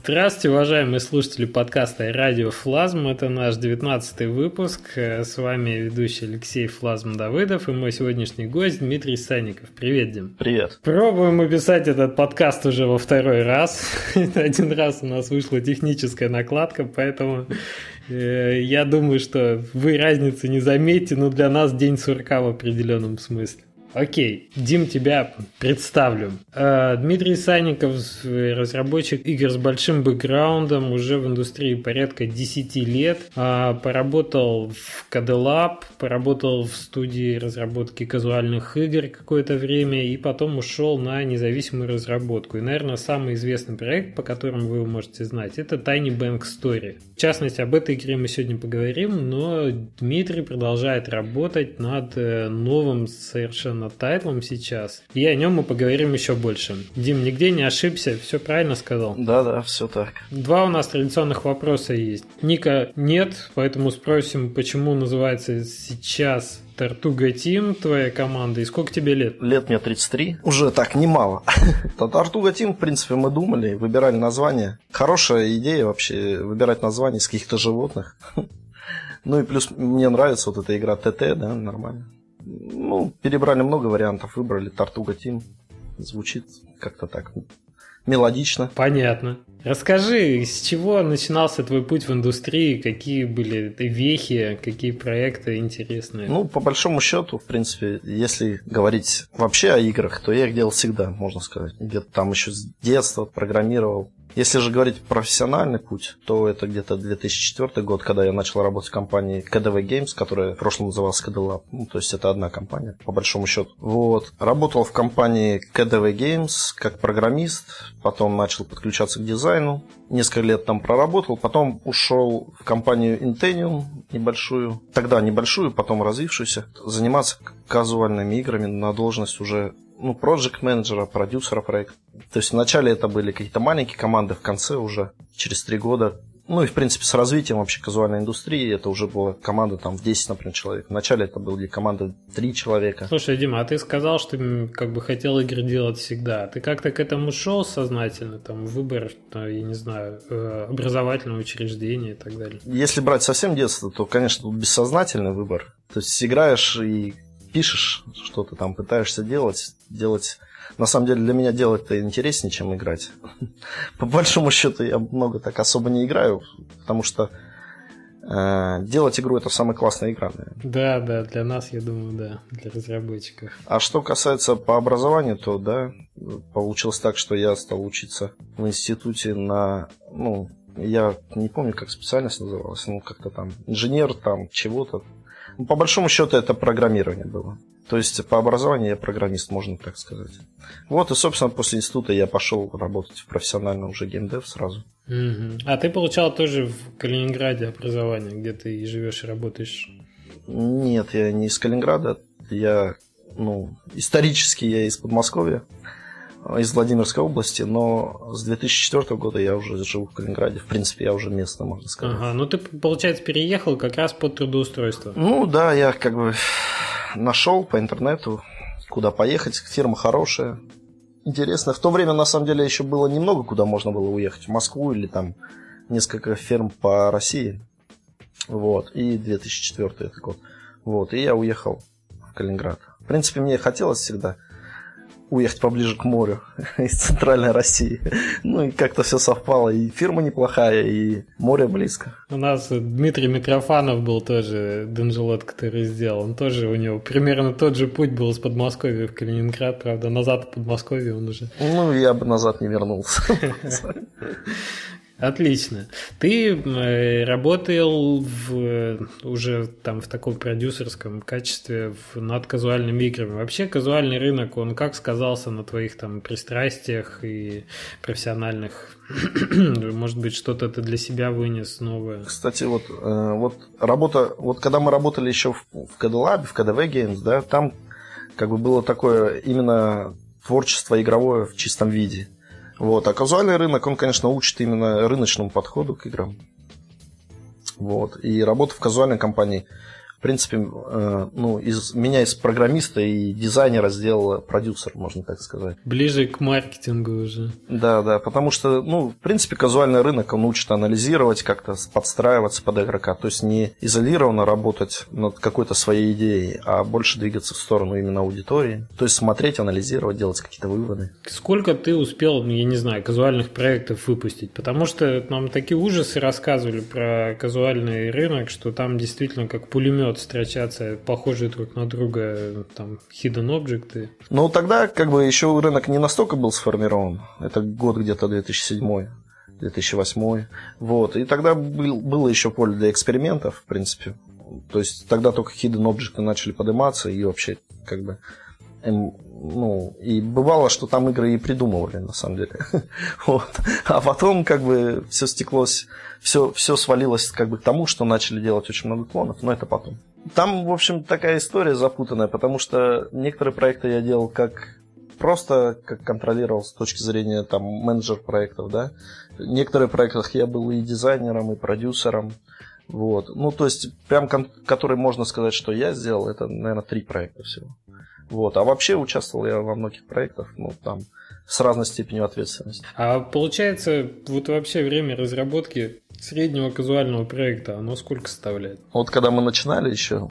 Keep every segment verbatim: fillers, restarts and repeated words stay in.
Здравствуйте, уважаемые слушатели подкаста «Радио Флазм». Это наш девятнадцатый выпуск. С вами ведущий Алексей Флазм-Давыдов и мой сегодняшний гость Дмитрий Санников. Привет, Дим. Привет. Пробуем мы писать этот подкаст уже во второй раз. Один раз у нас вышла техническая накладка, поэтому э, я думаю, что вы разницы не заметите, но для нас день сурка в определенном смысле. Окей, Дим, тебя представлю. Дмитрий Санников, разработчик игр с большим бэкграундом, уже в индустрии порядка десять лет. Поработал в кей ди Lab, поработал в студии разработки казуальных игр какое-то время и потом ушел на независимую разработку. И, наверное, самый известный проект, по которому вы его можете знать, это Tiny Bank Story. В частности, об этой игре мы сегодня поговорим, но Дмитрий продолжает работать над новым совершенно тайтлом сейчас, и о нем мы поговорим еще больше. Дим, нигде не ошибся, все правильно сказал? Да-да, все так. Два у нас традиционных вопроса есть. Ника нет, поэтому спросим, почему называется сейчас Tortuga Team, твоя команда, и сколько тебе лет? Лет мне тридцать три, уже так немало. Tortuga Team, в принципе, мы думали, выбирали название. Хорошая идея вообще, выбирать название с каких-то животных. Ну и плюс мне нравится вот эта игра ТТ, да, нормально. Ну, перебрали много вариантов, выбрали Tortuga Team. Звучит как-то так мелодично. Понятно. Расскажи, с чего начинался твой путь в индустрии, какие были вехи, какие проекты интересные? Ну, по большому счету, в принципе, если говорить вообще о играх, то я их делал всегда, можно сказать. Где-то там еще с детства программировал. Если же говорить профессиональный путь, то это где-то две тысячи четвёртый год, когда я начал работать в компании кей ди ви Games, которая в прошлом называлась кей ди Lab. Ну, то есть это одна компания, по большому счету. Вот. Работал в компании кей ди ви Games как программист, потом начал подключаться к дизайну. Несколько лет там проработал, потом ушел в компанию Intenium небольшую, тогда небольшую, потом развившуюся, заниматься казуальными играми на должность уже ну, проект-менеджера, продюсера проекта. То есть вначале это были какие-то маленькие команды, в конце уже через три года. Ну и в принципе с развитием вообще казуальной индустрии это уже была команда там в десять, например, человек. Вначале это были команды три человека. Слушай, Дима, а ты сказал, что как бы хотел игры делать всегда. Ты как-то к этому шел сознательно? Там выбор, я не знаю, образовательного учреждения и так далее? Если брать совсем детство, то, конечно, бессознательный выбор. То есть играешь и пишешь что-то там, пытаешься делать, делать... На самом деле для меня делать-то интереснее, чем играть. По большому счету я много так особо не играю, потому что э, делать игру — это самая классная игра, наверное. Да, да, для нас, я думаю, да, для разработчиков. А что касается по образованию, то да, получилось так, что я стал учиться в институте на... ну, я не помню, как специальность называлась, ну, как-то там инженер там чего-то. Ну, по большому счету это программирование было. То есть по образованию я программист, можно так сказать. Вот и, собственно, после института я пошел работать в профессионально уже геймдев сразу. Угу. А ты получал тоже в Калининграде образование, где ты и живешь, и работаешь? Нет, я не из Калининграда. Я, ну, исторически я из Подмосковья, из Владимирской области, но с две тысячи четвёртого года я уже живу в Калининграде. В принципе, я уже местный, можно сказать. Ага, ну ты, получается, переехал как раз под трудоустройство. Ну да, я как бы нашел по интернету, куда поехать. Фирма хорошая, интересная. В то время, на самом деле, еще было немного, куда можно было уехать. В Москву или там несколько фирм по России. Вот. И две тысячи четвёртый это год. Вот. И я уехал в Калининград. В принципе, мне хотелось всегда уехать поближе к морю из центральной России. Ну и как-то все совпало. И фирма неплохая, и море близко. У нас Дмитрий Митрофанов был тоже, Данжелот, который сделал. Он тоже, у него примерно тот же путь был с Подмосковья в Калининград. Правда, назад в Подмосковье он уже... Ну, я бы назад не вернулся. Отлично. Ты работал в, уже там в таком продюсерском качестве в, над казуальными играми. Вообще казуальный рынок, он как сказался на твоих там пристрастиях и профессиональных? Может быть, что-то ты для себя вынес новое? Кстати, вот, вот работа, вот когда мы работали еще в, в кей ди Lab, в кей ди ви Games, да, там как бы было такое именно творчество игровое в чистом виде. Вот. А казуальный рынок, он, конечно, учит именно рыночному подходу к играм. Вот. И работа в казуальной компании, в принципе, э, ну, из, меня из программиста и дизайнера сделал продюсер, можно так сказать. Ближе к маркетингу уже. Да, да, потому что, ну, в принципе, казуальный рынок, он учит анализировать, как-то подстраиваться под игрока, то есть не изолированно работать над какой-то своей идеей, а больше двигаться в сторону именно аудитории, то есть смотреть, анализировать, делать какие-то выводы. Сколько ты успел, я не знаю, казуальных проектов выпустить? Потому что нам такие ужасы рассказывали про казуальный рынок, что там действительно как пулемет строчатся похожие друг на друга там hidden objects. Ну, тогда как бы еще рынок не настолько был сформирован. Это год где-то две тысячи седьмой, две тысячи восьмой. Вот. И тогда был, было еще поле для экспериментов, в принципе. То есть тогда только hidden objects начали подниматься и вообще как бы... Эм, ну, и бывало, что там игры и придумывали, на самом деле. Вот. А потом как бы все стеклось, все, все свалилось как бы к тому, что начали делать очень много клонов, но это потом. Там, в общем, такая история запутанная, потому что некоторые проекты я делал как просто как контролировал с точки зрения там менеджер проектов, да. В некоторых проектах я был и дизайнером, и продюсером. Вот. Ну, то есть, прям, который можно сказать, что я сделал, это, наверное, три проекта всего. Вот. А вообще участвовал я во многих проектах, ну, там, с разной степенью ответственности. А получается, вот вообще время разработки среднего казуального проекта, оно сколько составляет? Вот когда мы начинали еще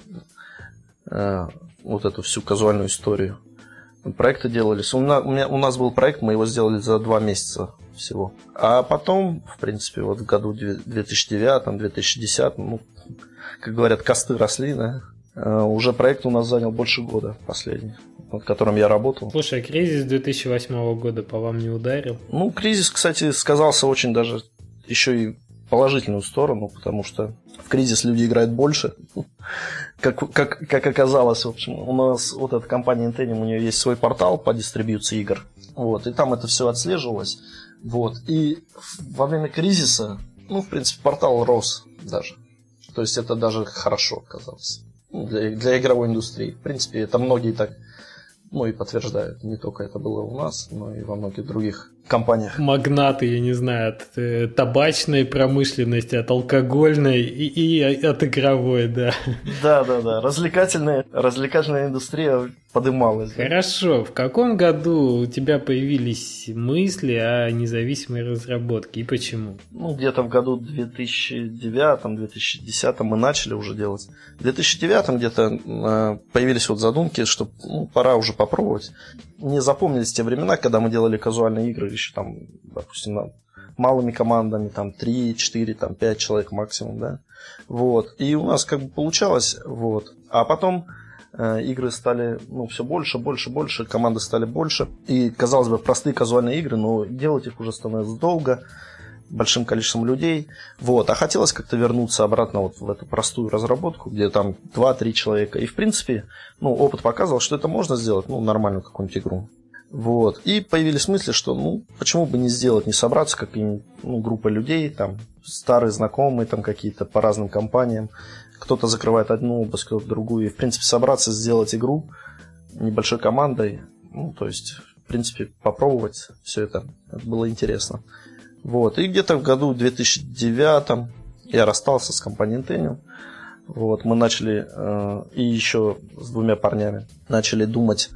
э, вот эту всю казуальную историю, проекты делались. У нас, у, меня, у нас был проект, мы его сделали за два месяца всего. А потом, в принципе, вот в году две тысячи девятом, две тысячи десятом, ну, как говорят, косты росли, да, уже проект у нас занял больше года последний, над которым я работал. Слушай, а кризис две тысячи восьмого года по вам не ударил? Ну, кризис, кстати, сказался очень даже еще и в положительную сторону, потому что в кризис люди играют больше. Как, как, как оказалось, в общем, у нас вот эта компания Intenium, у нее есть свой портал по дистрибьюции игр. Вот, и там это все отслеживалось. Вот, и во время кризиса, ну, в принципе, портал рос даже. То есть это даже хорошо оказалось. Для, для игровой индустрии. В принципе, это многие так, ну, и подтверждают. Не только это было у нас, но и во многих других компаниях. Магнаты, я не знаю, от э, табачной промышленности, от алкогольной и, и от игровой, да. Да, да, да. Развлекательная, развлекательная индустрия подымалась. Да? Хорошо. В каком году у тебя появились мысли о независимой разработке и почему? Ну, где-то в году две тысячи девятом, две тысячи десятом мы начали уже делать. В две тысячи девятом где-то э, появились вот задумки, что ну, пора уже попробовать. Мне запомнились те времена, когда мы делали казуальные игры еще там, допустим, малыми командами, там три, четыре, там пять человек максимум, да. Вот. И у нас как бы получалось, вот. А потом э, игры стали, ну, все больше, больше, больше, команды стали больше. И, казалось бы, простые казуальные игры, но делать их уже становится долго, большим количеством людей. Вот. А хотелось как-то вернуться обратно вот в эту простую разработку, где там два-три человека. И, в принципе, ну, опыт показывал, что это можно сделать, ну, нормальную какую-нибудь игру. Вот. И появились мысли, что, ну, почему бы не сделать, не собраться, как ну, группа людей, там, старые знакомые, там, какие-то по разным компаниям. Кто-то закрывает одну область, кто-то другую. И, в принципе, собраться, сделать игру небольшой командой. Ну, то есть, в принципе, попробовать все это. Это было интересно. Вот. И где-то в году две тысячи девятом я расстался с компанией Intenium. Вот. Мы начали, э, и еще с двумя парнями, начали думать,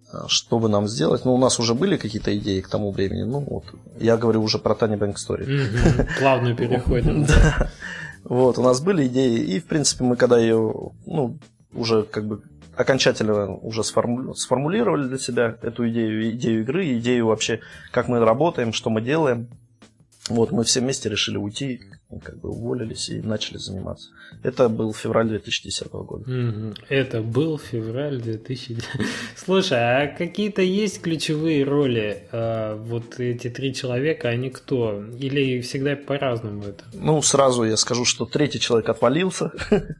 что бы нам сделать. Ну, у нас уже были какие-то идеи к тому времени. Ну, вот. Я говорю уже про Tiny Bank Story. Плавно переходим. Да. Вот, у нас были идеи. И, в принципе, мы когда ее, ну, уже как бы окончательно уже сформулировали для себя эту идею, идею игры, идею вообще, как мы работаем, что мы делаем. Вот, мы все вместе решили уйти, как бы уволились и начали заниматься. Это был февраль две тысячи десятого года. Mm-hmm. Это был февраль две тысячи десятого. Слушай, а какие-то есть ключевые роли? А, вот эти три человека, они кто? Или всегда по-разному это? Ну, сразу я скажу, что третий человек отвалился.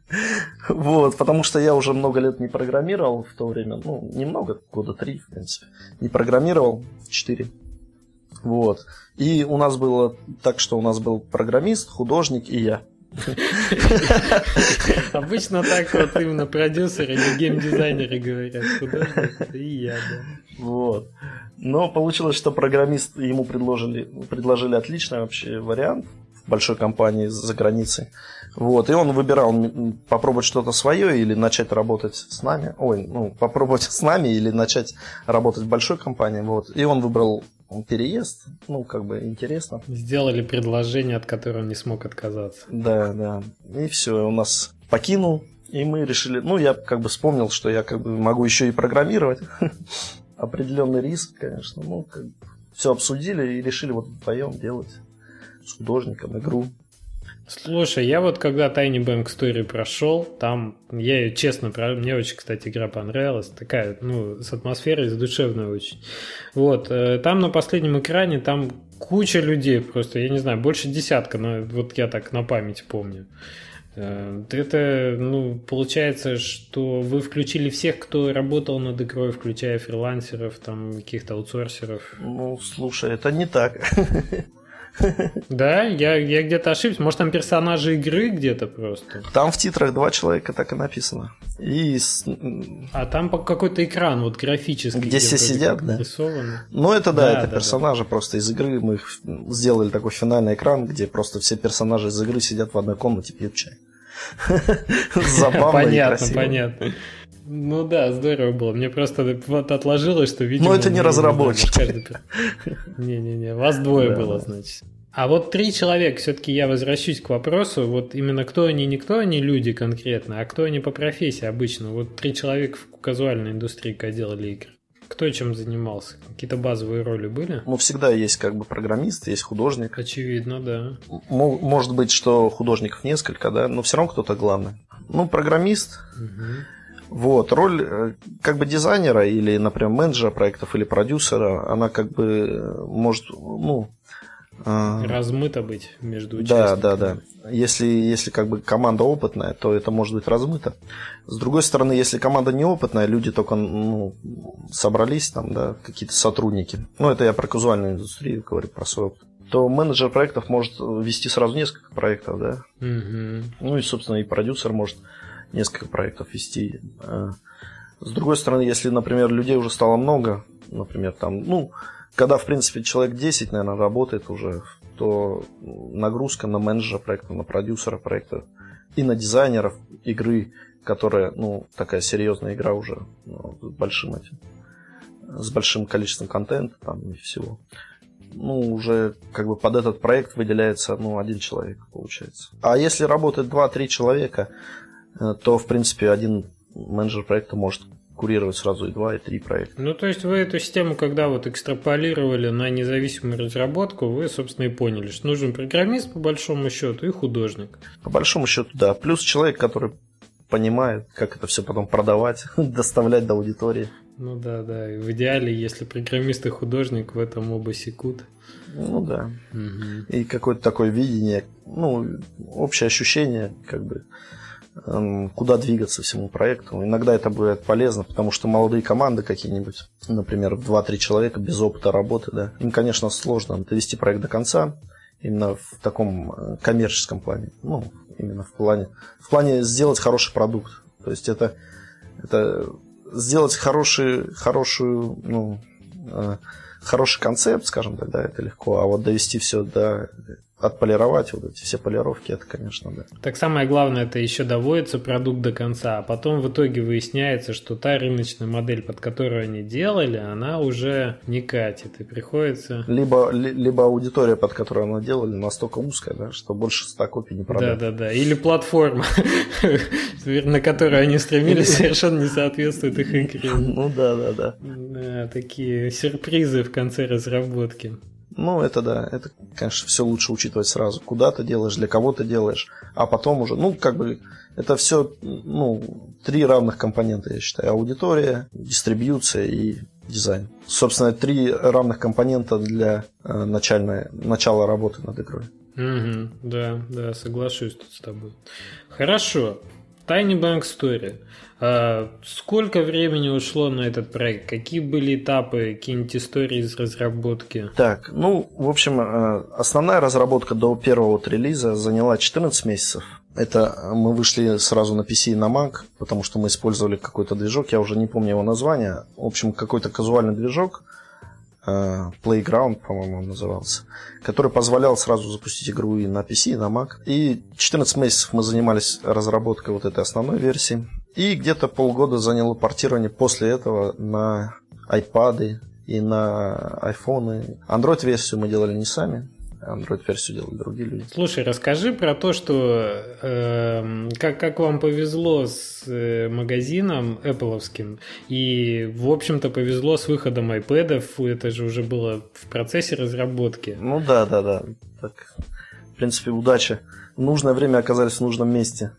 Вот, потому что я уже много лет не программировал в то время. Ну, немного, года три, в принципе. Не программировал, четыре. Вот. И у нас было так, что у нас был программист, художник и я. Обычно так вот именно продюсеры или геймдизайнеры говорят, художник и я, да. Вот. Но получилось, что программист ему предложили, предложили отличный вообще вариант. В большой компании за границей. Вот, и он выбирал попробовать что-то свое или начать работать с нами. Ой, ну, попробовать с нами или начать работать в большой компании. Вот. И он выбрал переезд. Ну, как бы интересно. Сделали предложение, от которого он не смог отказаться. Да, да. И все, он нас покинул. И мы решили, ну, я как бы вспомнил, что я как бы могу еще и программировать. Определенный риск, конечно. Ну, как бы все обсудили и решили вот вдвоем делать с художником игру. Слушай, я вот когда Tiny Bank Story прошел, там, я ее честно, мне очень, кстати, игра понравилась, такая, ну, с атмосферой, задушевной очень. Вот, там на последнем экране, там куча людей просто, я не знаю, больше десятка, но вот я так на память помню. Это, ну, получается, что вы включили всех, кто работал над игрой, включая фрилансеров, там, каких-то аутсорсеров. Ну, слушай, это не так. Да, я, я где-то ошибся. Может, там персонажи игры где-то просто? Там в титрах два человека, так и написано. И... А там какой-то экран вот графический. Где все сидят, да? Нарисованы. Ну, это да, да это да, персонажи да. просто из игры. Мы сделали такой финальный экран, где просто все персонажи из игры сидят в одной комнате, пьют чай. Забавно и красиво. Понятно, понятно. Ну да, здорово было. Мне просто вот отложилось, что видимо... Ну это не разработчики. Не-не-не, вас двое было, значит. А вот три человека, все-таки я возвращусь к вопросу, вот именно кто они, не кто они люди конкретно, а кто они по профессии обычно. Вот три человека в казуальной индустрии, когда делали игры. Кто чем занимался? Какие-то базовые роли были? Ну, всегда есть как бы программист, есть художник. Очевидно, да. М- может быть, что художников несколько, да, но все равно кто-то главный. Ну, программист. Угу. Вот, роль как бы дизайнера или, например, менеджера проектов или продюсера, она как бы может, ну... Размыто быть между участниками. Да, да, да. Если, если как бы команда опытная, то это может быть размыто. С другой стороны, если команда неопытная, люди только ну, собрались, там, да, какие-то сотрудники. Ну, это я про казуальную индустрию говорю, про свой опыт. То менеджер проектов может вести сразу несколько проектов, да. Угу. Ну и, собственно, и продюсер может несколько проектов вести. С другой стороны, если, например, людей уже стало много, например, там, ну, когда, в принципе, человек десять, наверное, работает уже, то нагрузка на менеджера проекта, на продюсера проекта и на дизайнеров игры, которая, ну, такая серьезная игра уже, ну, с большим этим, с большим количеством контента там и всего. Ну, уже как бы под этот проект выделяется, ну, один человек, получается. А если работает два-три человека, то, в принципе, один менеджер проекта может курировать сразу и два, и три проекта. Ну, то есть вы эту систему, когда вот экстраполировали на независимую разработку, вы, собственно, и поняли, что нужен программист, по большому счету, и художник. По большому счету, да. Плюс человек, который понимает, как это все потом продавать, доставлять до аудитории. Ну да, да. И в идеале, если программист и художник в этом оба секут. Ну да. Угу. И какое-то такое видение, ну, общее ощущение, как бы, куда двигаться всему проекту. Иногда это бывает полезно, потому что молодые команды какие-нибудь, например, два-три человека без опыта работы, да, им, конечно, сложно довести проект до конца, именно в таком коммерческом плане. Ну, именно в плане, в плане сделать хороший продукт. То есть это, это сделать хороший, хорошую, ну, э, хороший концепт, скажем так, да, это легко, а вот довести все до... Отполировать вот эти все полировки, это, конечно, да. Так самое главное, это еще доводится продукт до конца, а потом в итоге выясняется, что та рыночная модель, под которую они делали, она уже не катит, и приходится... Либо, ли, либо аудитория, под которую она делали, настолько узкая, да, что больше ста копий не продать. Да-да-да, или платформа, на которую они стремились, совершенно не соответствует их игре. Ну да-да-да. Такие сюрпризы в конце разработки. Ну, это да, это, конечно, все лучше учитывать сразу. Куда ты делаешь, для кого ты делаешь, а потом уже, ну, как бы, это все, ну, три равных компонента, я считаю. Аудитория, дистрибьюция и дизайн. Собственно, три равных компонента для э, начальной, начала работы над игрой. Угу, да, да, соглашусь тут с тобой. Хорошо. Tiny Bank Story. А сколько времени ушло на этот проект? Какие были этапы, какие-нибудь истории из разработки? Так, ну, в общем, основная разработка до первого вот релиза заняла четырнадцать месяцев. Это мы вышли сразу на пи си и на Mac, потому что мы использовали какой-то движок, я уже не помню его название. В общем, какой-то казуальный движок, Playground, по-моему, он назывался, который позволял сразу запустить игру и на пи си, и на Mac. И четырнадцать месяцев мы занимались разработкой вот этой основной версии. И где-то полгода заняло портирование после этого на iPad и на iPhone. Android-версию мы делали не сами. Android-версию делали другие люди. Слушай, расскажи про то, что э, как, как вам повезло с э, магазином Apple'овским, и, в общем-то, повезло с выходом iPad'ов, это же уже было в процессе разработки. Ну да, да, да. Так, в принципе, удача. В нужное время оказались в нужном месте.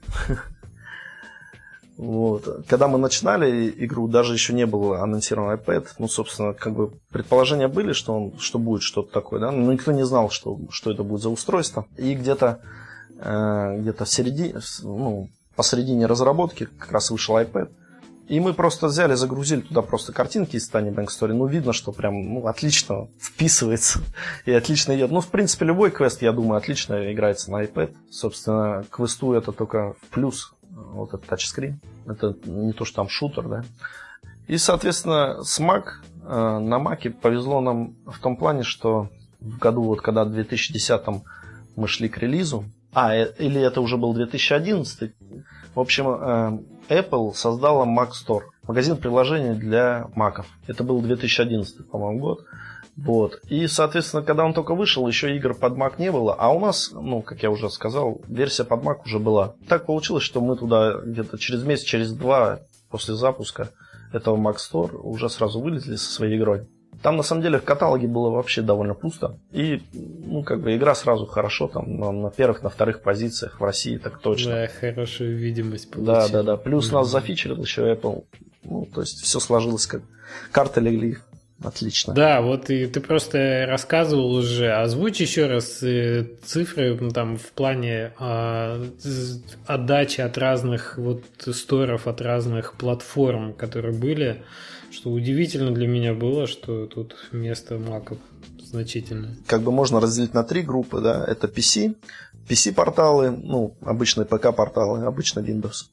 Вот. Когда мы начинали игру, даже еще не был анонсирован iPad. Ну, собственно, как бы предположения были, что, он, что будет что-то такое, да, но никто не знал, что, что это будет за устройство. И где-то, э, где-то в середине, ну, посередине разработки как раз вышел iPad. И мы просто взяли, загрузили туда просто картинки из Tiny Bank Story. Ну, видно, что прям ну, отлично вписывается и отлично идет. Ну, в принципе, любой квест, я думаю, отлично играется на iPad. Собственно, квесту это только в плюс. Вот этот тачскрин. Это не то, что там шутер, да. И, соответственно, с Mac, э, на Mac повезло нам в том плане, что в году, вот когда в две тысячи десятом мы шли к релизу, а, э, или это уже был две тысячи одиннадцатый, в общем, э, Apple создала Mac Store, магазин приложений для Mac'ов. Это был две тысячи одиннадцатый, по-моему, год. Вот. И, соответственно, когда он только вышел, еще игр под Mac не было, а у нас, ну, как я уже сказал, версия под Mac уже была. Так получилось, что мы туда где-то через месяц, через два после запуска этого Mac Store уже сразу вылезли со своей игрой. Там, на самом деле, в каталоге было вообще довольно пусто. И, ну, как бы игра сразу хорошо, там, на, на первых, на вторых позициях в России, так точно. Да, хорошую видимость получила. Да, да, да. Плюс mm-hmm. нас зафичерил еще Apple. Ну, то есть, все сложилось как карты легли. Отлично. Да, вот и ты просто рассказывал уже. Озвучь еще раз цифры ну, там в плане а, отдачи от разных вот сторов, от разных платформ, которые были. Что удивительно для меня было, что тут место маков значительное. Как бы можно разделить на три группы, да. Это пи си, пи си-порталы, ну, обычные ПК-порталы, обычно Windows,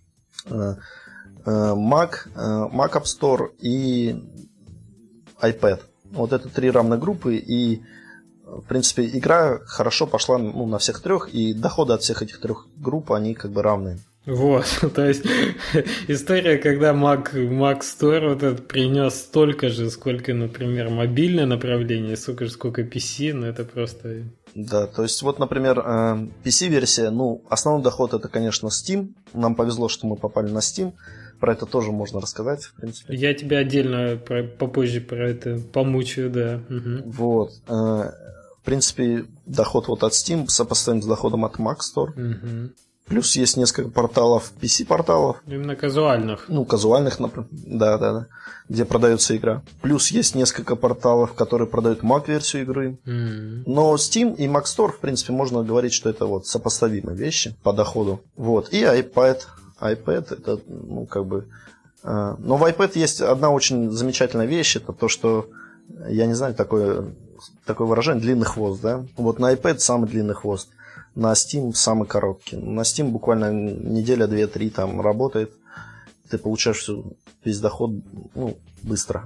Mac, Mac App Store и iPad. Вот это три равные группы, и, в принципе, игра хорошо пошла ну, на всех трех, и доходы от всех этих трех групп, они как бы равные. Вот, то есть история, когда Mac, Mac Store вот этот принес столько же, сколько, например, мобильное направление, сколько же, сколько пи си, ну это просто... Да, то есть вот, например, пи си-версия, ну, основной доход это, конечно, Steam. Нам повезло, что мы попали на Steam. Про это тоже можно рассказать, в принципе. Я тебя отдельно про, попозже про это помучаю, да. Угу. Вот. В принципе, доход вот от Steam сопоставим с доходом от Mac Store. Угу. Плюс есть несколько порталов, пи си-порталов. Именно казуальных. Ну, казуальных, например. Да, да, да. Где продается игра. Плюс есть несколько порталов, которые продают Mac-версию игры. Mm-hmm. Но Steam и Mac Store, в принципе, можно говорить, что это вот сопоставимые вещи по доходу. Вот. И iPad. iPad это, ну, как бы... Э, но в iPad есть одна очень замечательная вещь. Это то, что, я не знаю, такое, такое выражение, длинный хвост, да? Вот на iPad самый длинный хвост. На Steam самый короткий. На Steam буквально неделя, две, три там работает. Ты получаешь всю, весь доход ну, быстро.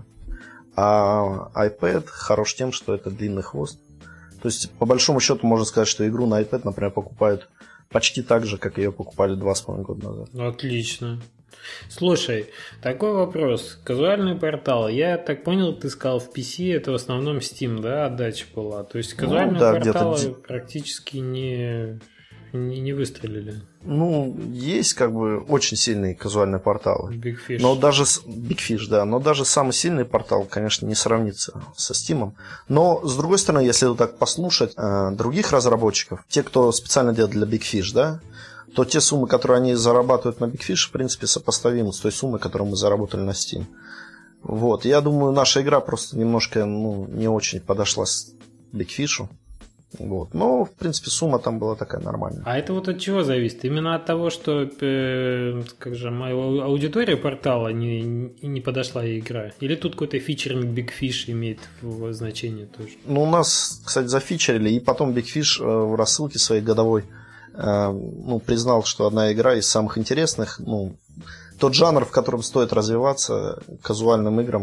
А iPad хорош тем, что это длинный хвост. То есть, по большому счету, можно сказать, что игру на iPad, например, покупают почти так же, как ее покупали два с половиной года назад. Отлично. Слушай, такой вопрос. Казуальный портал. Я так понял, ты сказал, в пи си это в основном Steam, да, отдача была. То есть казуальные ну, да, порталы где-то... практически не, не, не выстрелили. Ну, есть как бы очень сильные казуальные порталы. Big Fish. Но даже Big Fish, да. Но даже самый сильный портал, конечно, не сравнится со Steam. Но, с другой стороны, если вот так послушать э, других разработчиков, те, кто специально делает для Big Fish, да, то те суммы, которые они зарабатывают на Big Fish, в принципе, сопоставимы с той суммой, которую мы заработали на Steam. Вот. Я думаю, наша игра просто немножко ну, не очень подошла с Big Fish'у. Вот. Но, в принципе, сумма там была такая нормальная. А это вот от чего зависит? Именно от того, что э, как же, моя аудитория портала не, не подошла ей игра? Или тут какой-то фичеринг Big Fish имеет значение тоже? Ну, у нас, кстати, зафичерили, и потом Big Fish в рассылке своей годовой ну, признал, что одна игра из самых интересных, ну, тот жанр, в котором стоит развиваться казуальным играм,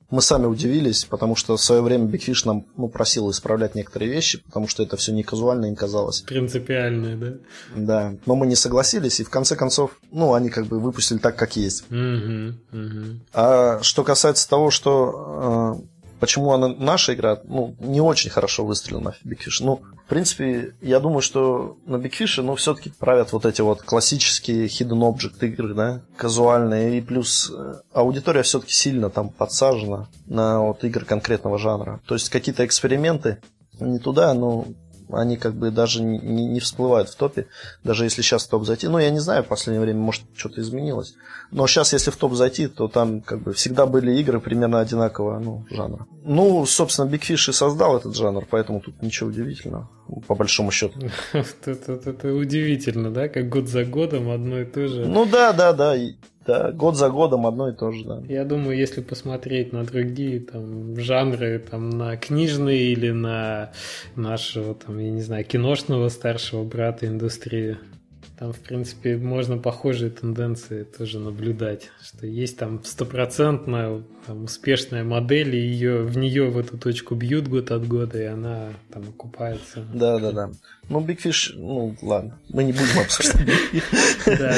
Мы сами удивились, потому что в свое время Big Fish нам ну, просил исправлять некоторые вещи, потому что это все не казуально им казалось. Принципиальное, да? Да, но мы не согласились, и в конце концов, ну, они как бы выпустили так, как есть. Угу, угу. А что касается того, что... Почему она, наша игра, ну, не очень хорошо выстрелила на Big Fish. Ну, в принципе, я думаю, что на Big Fish, ну, все-таки правят вот эти вот классические hidden object игры, да, казуальные. И плюс аудитория все-таки сильно там подсажена на вот игры конкретного жанра. То есть какие-то эксперименты не туда, но они как бы даже не, не всплывают в топе, даже если сейчас в топ зайти. Ну, я не знаю, в последнее время, может, что-то изменилось. Но сейчас, если в топ зайти, то там как бы всегда были игры примерно одинакового ну, жанра. Ну, собственно, Big Fish и создал этот жанр, поэтому тут ничего удивительного, по большому счету. Это, это, это удивительно, да? Как год за годом одно и то же. Ну да, да, да. Да, год за годом одно и то же, да. Я думаю, если посмотреть на другие там жанры, там на книжные или на нашего, там, я не знаю, киношного старшего брата индустрии, там, в принципе, можно похожие тенденции тоже наблюдать, что есть там стопроцентная там, успешная модель, и ее, в нее в эту точку бьют год от года, и она там окупается. Да, да, да. Ну, Big Fish, ну, ладно, мы не будем обсуждать. Да.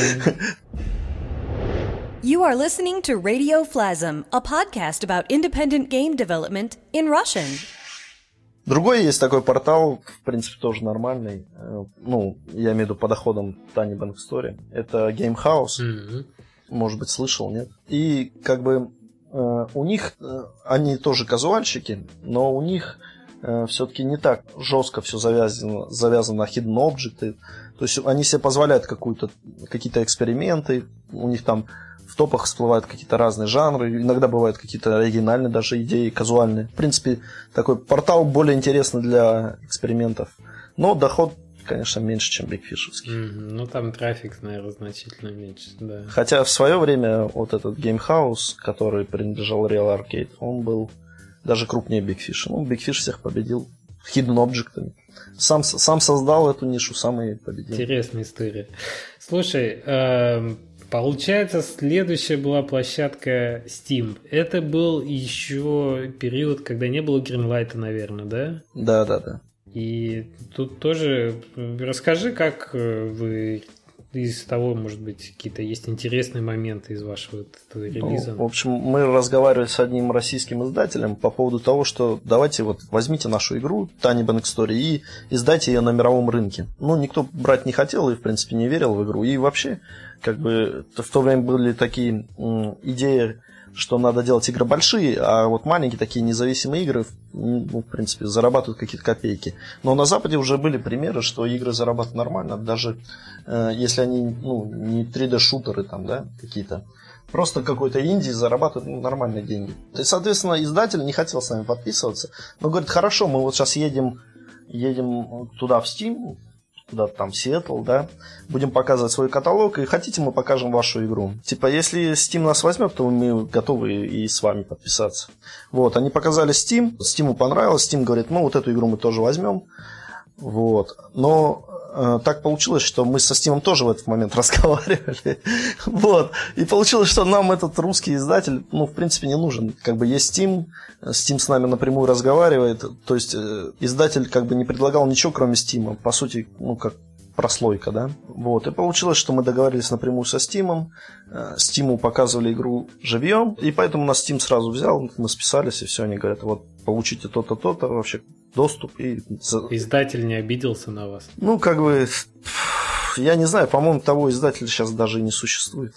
You are listening to Radio Flasm, a podcast about independent game development in Russian. Другой есть такой портал, в принципе, тоже нормальный. Ну, я имею в виду по доходам Tiny Bank Story. Это Game House. Mm-hmm. Может быть, слышал, нет? И как бы у них, они тоже казуальщики, но у них все-таки не так жестко все завязано, завязано на hidden objects. То есть они себе позволяют какую-то, какие-то эксперименты. У них там в топах всплывают какие-то разные жанры, иногда бывают какие-то оригинальные даже идеи, казуальные. В принципе, такой портал более интересный для экспериментов. Но доход, конечно, меньше, чем Big Fish'овский. Mm-hmm. Ну, там трафик, наверное, значительно меньше, да. Хотя в свое время вот этот Game House, который принадлежал Real Arcade, он был даже крупнее Big Fish. Ну, Big Fish всех победил hidden object'ами. Сам, сам создал эту нишу, сам и победил. Интересная история. Слушай, э- получается, следующая была площадка Steam. Это был еще период, когда не было Greenlight, наверное, да? Да, да, да. И тут тоже расскажи, как вы из того, может быть, какие-то есть интересные моменты из вашего этого релиза. Ну, в общем, мы разговаривали с одним российским издателем по поводу того, что давайте вот возьмите нашу игру Tiny Bank Story и издайте ее на мировом рынке. Ну, никто брать не хотел и, в принципе, не верил в игру. И вообще, как бы, в то время были такие м, идеи, что надо делать игры большие, а вот маленькие такие независимые игры, ну, в принципе, зарабатывают какие-то копейки. Но на Западе уже были примеры, что игры зарабатывают нормально, даже э, если они ну, не три дэ-шутеры там, да, какие-то. Просто какой-то инди зарабатывает ну, нормальные деньги. И, соответственно, издатель не хотел с нами подписываться, но говорит, хорошо, мы вот сейчас едем, едем туда в Steam, куда-то там Сиэтл, да, будем показывать свой каталог, и хотите, мы покажем вашу игру. Типа, если Steam нас возьмет, то мы готовы и с вами подписаться. Вот, они показали Steam, Steam'у понравилось, Steam говорит, ну, вот эту игру мы тоже возьмем. Вот, но э, так получилось, что мы со Steam'ом тоже в этот момент разговаривали. Вот, и получилось, что нам этот русский издатель, ну, в принципе, не нужен. Как бы есть Steam, Steam с нами напрямую разговаривает, то есть э, издатель как бы не предлагал ничего, кроме Steam, по сути, ну, как прослойка, да. Вот, и получилось, что мы договорились напрямую со Steam, э, Steam'у показывали игру живьем, и поэтому нас Steam сразу взял, мы списались, и все, они говорят, вот, получите то-то, то-то, вообще доступ. И... Издатель не обиделся на вас? Ну, как бы, я не знаю, по-моему, того издателя сейчас даже и не существует.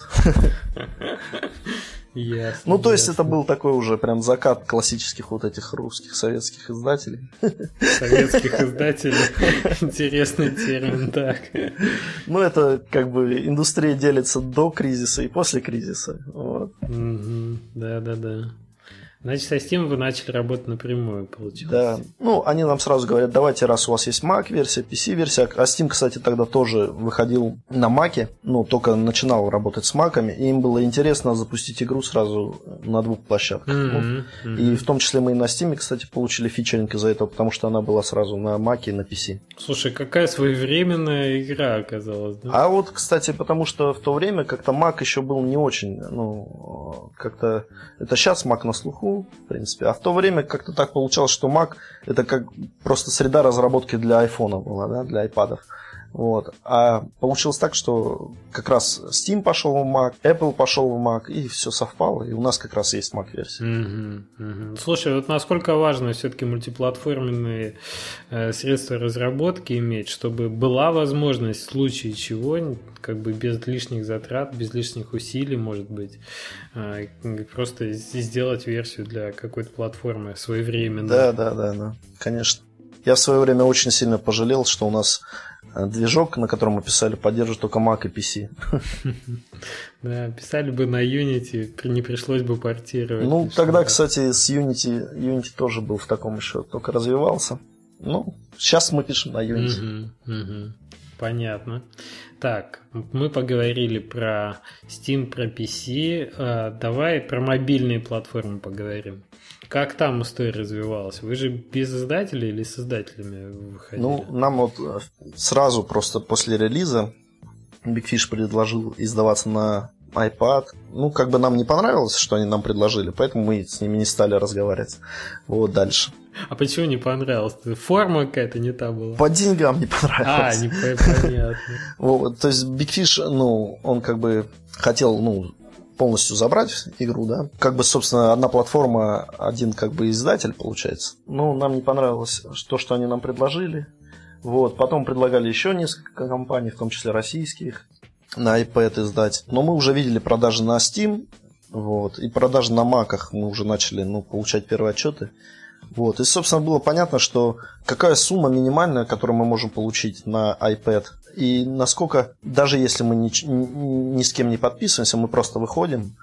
Ясно, ну, то есть, ясно. это был такой уже прям закат классических вот этих русских советских издателей. Советских издателей. Интересный термин, так. Ну, это как бы индустрия делится до кризиса и после кризиса. Вот. Да-да-да. Значит, со Steam вы начали работать напрямую, получилось. Да. Ну, они нам сразу говорят, давайте, раз у вас есть Mac-версия, пи си-версия, а Steam, кстати, тогда тоже выходил на Mac'е, ну, только начинал работать с Mac'ами, и им было интересно запустить игру сразу на двух площадках. Mm-hmm. Ну, mm-hmm. И в том числе мы и на Steam, кстати, получили фичеринг из-за этого, потому что она была сразу на Mac'е и на пи си. Слушай, какая своевременная игра оказалась, да? А вот, кстати, потому что в то время как-то Mac еще был не очень, ну, как-то... Это сейчас Mac на слуху, Ну, в принципе. А в то время как-то так получалось, что Mac это как просто среда разработки для айфона была, да, для айпадов. Вот. А получилось так, что как раз Steam пошел в Mac, Apple пошел в Mac, и все совпало, и у нас как раз есть Mac-версия. Mm-hmm, mm-hmm. Слушай, вот насколько важно все-таки мультиплатформенные э, средства разработки иметь, чтобы была возможность в случае чего, как бы без лишних затрат, без лишних усилий, может быть, э, просто сделать версию для какой-то платформы своевременно. Да, да, да, да, конечно. Я в свое время очень сильно пожалел, что у нас движок, на котором мы писали, поддерживает только Mac и пи си. Да, писали бы на Unity, не пришлось бы портировать. Ну, тогда, кстати, с Unity, Unity тоже был в таком еще, только развивался. Ну, сейчас мы пишем на Unity. Угу, угу. Понятно. Так, мы поговорили про Steam, про пи си. Давай про мобильные платформы поговорим. Как там история развивалась? Вы же без издателей или с издателями выходили? Ну, нам вот сразу просто после релиза Big Fish предложил издаваться на iPad. Ну, как бы нам не понравилось, что они нам предложили, поэтому мы с ними не стали разговаривать. Вот дальше. А почему не понравилось? Форма какая-то не та была? По деньгам не понравилось. А, не понятно. Вот, то есть Big Fish, ну, он как бы хотел, ну, полностью забрать игру, да. Как бы, собственно, одна платформа, один как бы издатель получается. Ну, нам не понравилось то, что они нам предложили. Вот, потом предлагали еще несколько компаний, в том числе российских, на iPad издать. Но мы уже видели продажи на Steam, вот, и продажи на Mac'ах мы уже начали, ну, получать первые отчеты. Вот, и, собственно, было понятно, что какая сумма минимальная, которую мы можем получить на iPad, и насколько, даже если мы ни, ни, ни с кем не подписываемся, мы просто выходим,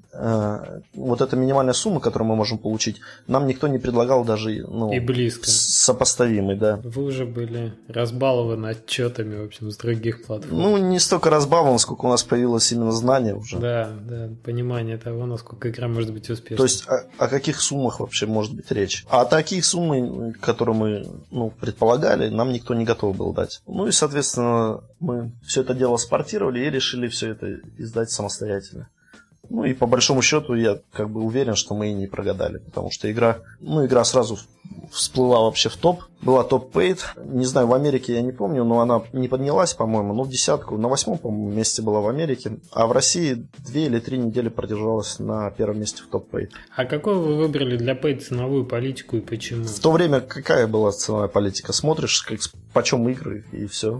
э, вот эта минимальная сумма, которую мы можем получить, нам никто не предлагал даже, ну, и близко сопоставимый, да. Вы уже были разбалованы отчетами, в общем, с других платформ. Ну, не столько разбалован, сколько у нас появилось именно знания уже. Да, да, понимание того, насколько игра может быть успешной. То есть, о, о каких суммах вообще может быть речь? А таких сумм, которые мы, ну, предполагали, нам никто не готов был дать. Ну и, соответственно, мы все это дело спортировали и решили все это издать самостоятельно. Ну и по большому счету я как бы уверен, что мы и не прогадали, потому что игра, ну игра сразу всплыла вообще в топ, была топ-пейд, не знаю, в Америке я не помню, но она не поднялась, по-моему, но в десятку, на восьмом, по-моему, месте была в Америке, а в России две или три недели продержалась на первом месте в топ-пейд. А какую вы выбрали для пейд ценовую политику и почему? В то время какая была ценовая политика? Смотришь, как, почем игры, и все.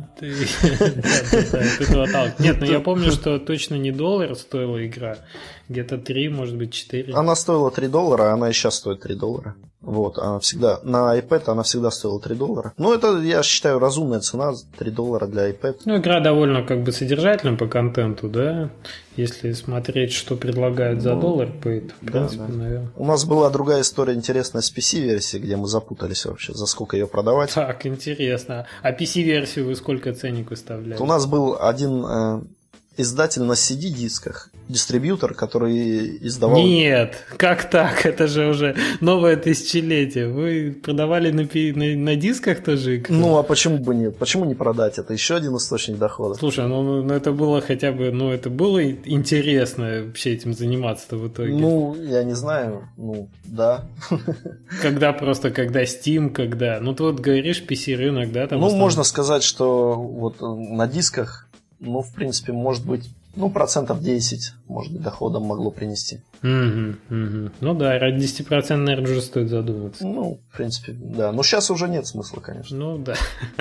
Нет, но я помню, что точно не доллар стоила игра, где-то три, может быть, четыре. Она стоила три доллара, а она и сейчас стоит три доллара. Вот, она всегда, на iPad она всегда стоила три доллара. Ну, это, я считаю, разумная цена, три доллара для iPad. Ну, игра довольно как бы содержательна по контенту, да? Если смотреть, что предлагают за ну, доллар, paid, в да, принципе, да. наверное. У нас была другая история интересная с пи си-версией, где мы запутались вообще, за сколько ее продавать. Так, интересно. А пи си-версию вы сколько ценник выставляли? У нас был один... Э, издатель на си ди-дисках, дистрибьютор, который издавал... Нет, как так? Это же уже новое тысячелетие. Вы продавали на, на, на дисках тоже? Ну, а почему бы нет? Почему не продать? Это еще один источник дохода. Слушай, ну, ну это было хотя бы... Ну, это было интересно вообще этим заниматься-то в итоге. Ну, я не знаю. Ну, да. Когда просто, когда Steam, когда... Ну, ты вот говоришь, пи си-рынок, да? Там ну, основном... можно сказать, что вот на дисках ну, в принципе, может быть, ну, процентов десять, может быть, доходом могло принести. Угу, угу. Ну да, ради десяти процентов, наверное, уже стоит задуматься. Ну, в принципе, да. Но сейчас уже нет смысла, конечно. Ну да.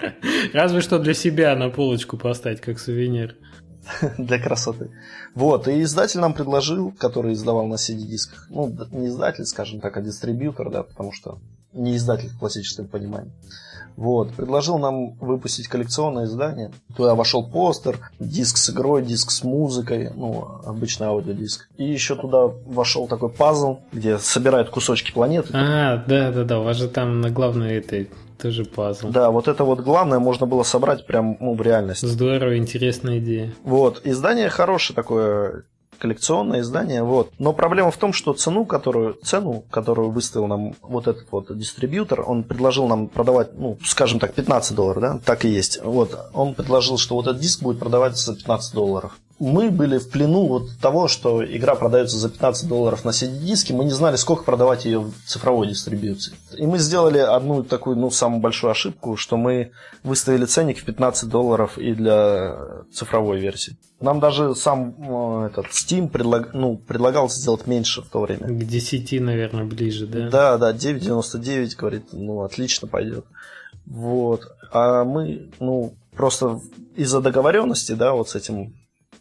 Разве что для себя на полочку поставить, как сувенир. Для красоты. Вот, и издатель нам предложил, который издавал на си ди-дисках, ну, не издатель, скажем так, а дистрибьютор, да, потому что не издатель в классическом понимании. Вот, предложил нам выпустить коллекционное издание. Туда вошел постер, диск с игрой, диск с музыкой, ну, обычный аудиодиск. И еще туда вошел такой пазл, где собирают кусочки планеты. А, да-да-да, у вас же там на главной этой тоже пазл. Да, вот это вот главное можно было собрать прям, ну, в реальности. Здорово, интересная идея. Вот, издание хорошее такое, коллекционное издание, вот. Но проблема в том, что цену, которую, цену, которую выставил нам вот этот вот дистрибьютор, он предложил нам продавать, ну, скажем так, пятнадцать долларов, да, так и есть. Вот, он предложил, что вот этот диск будет продаваться за пятнадцать долларов. мы были в плену вот того, что игра продается за пятнадцать долларов на си ди-диске, мы не знали, сколько продавать ее в цифровой дистрибьюции. И мы сделали одну такую, ну, самую большую ошибку, что мы выставили ценник в пятнадцать долларов и для цифровой версии. Нам даже сам э, этот Steam предлаг, ну, предлагал сделать меньше в то время. К десяти, наверное, ближе, да? Да, да, девять девяносто девять, говорит, ну, отлично пойдет. Вот. А мы, ну, просто из-за договоренности, да, вот с этим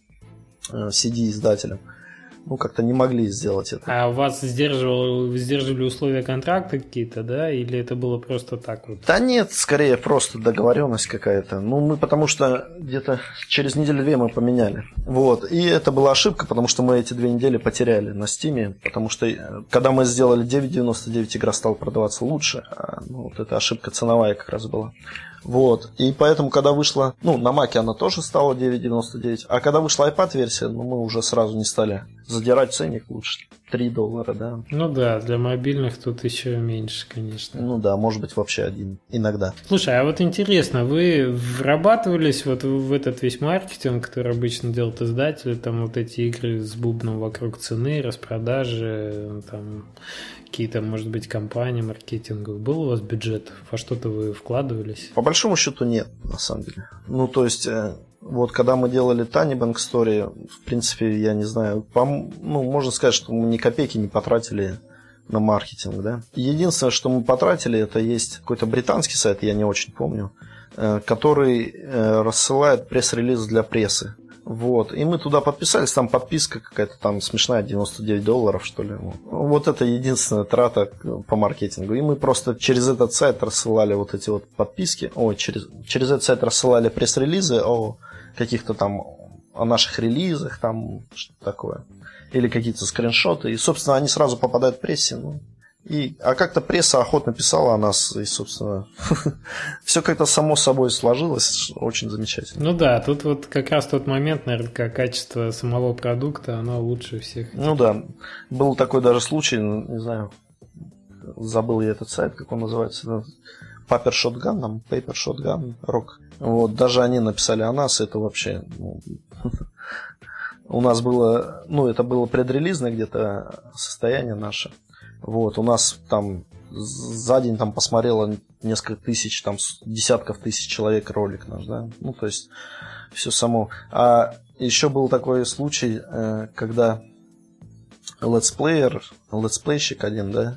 э, си ди-издателем, ну, как-то не могли сделать это. А вас сдерживал, сдерживали условия контракта какие-то, да? Или это было просто так вот? Да нет, скорее просто договоренность какая-то. Ну, мы потому что где-то через неделю-две мы поменяли. Вот. И это была ошибка, потому что мы эти две недели потеряли на Steam, потому что когда мы сделали девять девяносто девять, игра стала продаваться лучше. А, ну, вот эта ошибка ценовая как раз была. Вот. И поэтому, когда вышла, ну, на Маке она тоже стала девять девяносто девять, а когда вышла iPad-версия, ну, мы уже сразу не стали задирать ценник лучше. три доллара, да. Ну да, для мобильных тут еще меньше, конечно. Ну да, может быть, вообще один иногда. Слушай, а вот интересно, вы врабатывались вот в этот весь маркетинг, который обычно делают издатели, там вот эти игры с бубном вокруг цены, распродажи, там какие-то, может быть, компании маркетинговые. Был у вас бюджет? Во что-то вы вкладывались? По большому счету нет, на самом деле. Ну, то есть, вот когда мы делали Tiny Bank Story, в принципе, я не знаю, по, ну, можно сказать, что мы ни копейки не потратили на маркетинг, да. Единственное, что мы потратили, это есть какой-то британский сайт, я не очень помню, который рассылает пресс-релизы для прессы. Вот. И мы туда подписались, там подписка какая-то там смешная, девяносто девять долларов, что ли. Вот это единственная трата по маркетингу. И мы просто через этот сайт рассылали вот эти вот подписки, ой, через, через этот сайт рассылали пресс-релизы о каких-то там, о наших релизах, там, что-то такое. Или какие-то скриншоты. И, собственно, они сразу попадают в прессе, ну. И, а как-то пресса охотно писала о нас, и, собственно, все как-то само собой сложилось, очень замечательно. Ну да, тут вот как раз тот момент, наверное, как качество самого продукта, оно лучше всех. Ну да, был такой даже случай, не знаю, забыл я этот сайт, как он называется, Paper Shotgun, там, Paper Shotgun, Rock. Вот, даже они написали о нас, это вообще... Ну, у нас было, ну, это было предрелизное где-то состояние наше. Вот, у нас там за день там посмотрело несколько тысяч, там десятков тысяч человек ролик наш, да, ну, то есть все само. А еще был такой случай, когда летсплеер, летсплейщик один, да,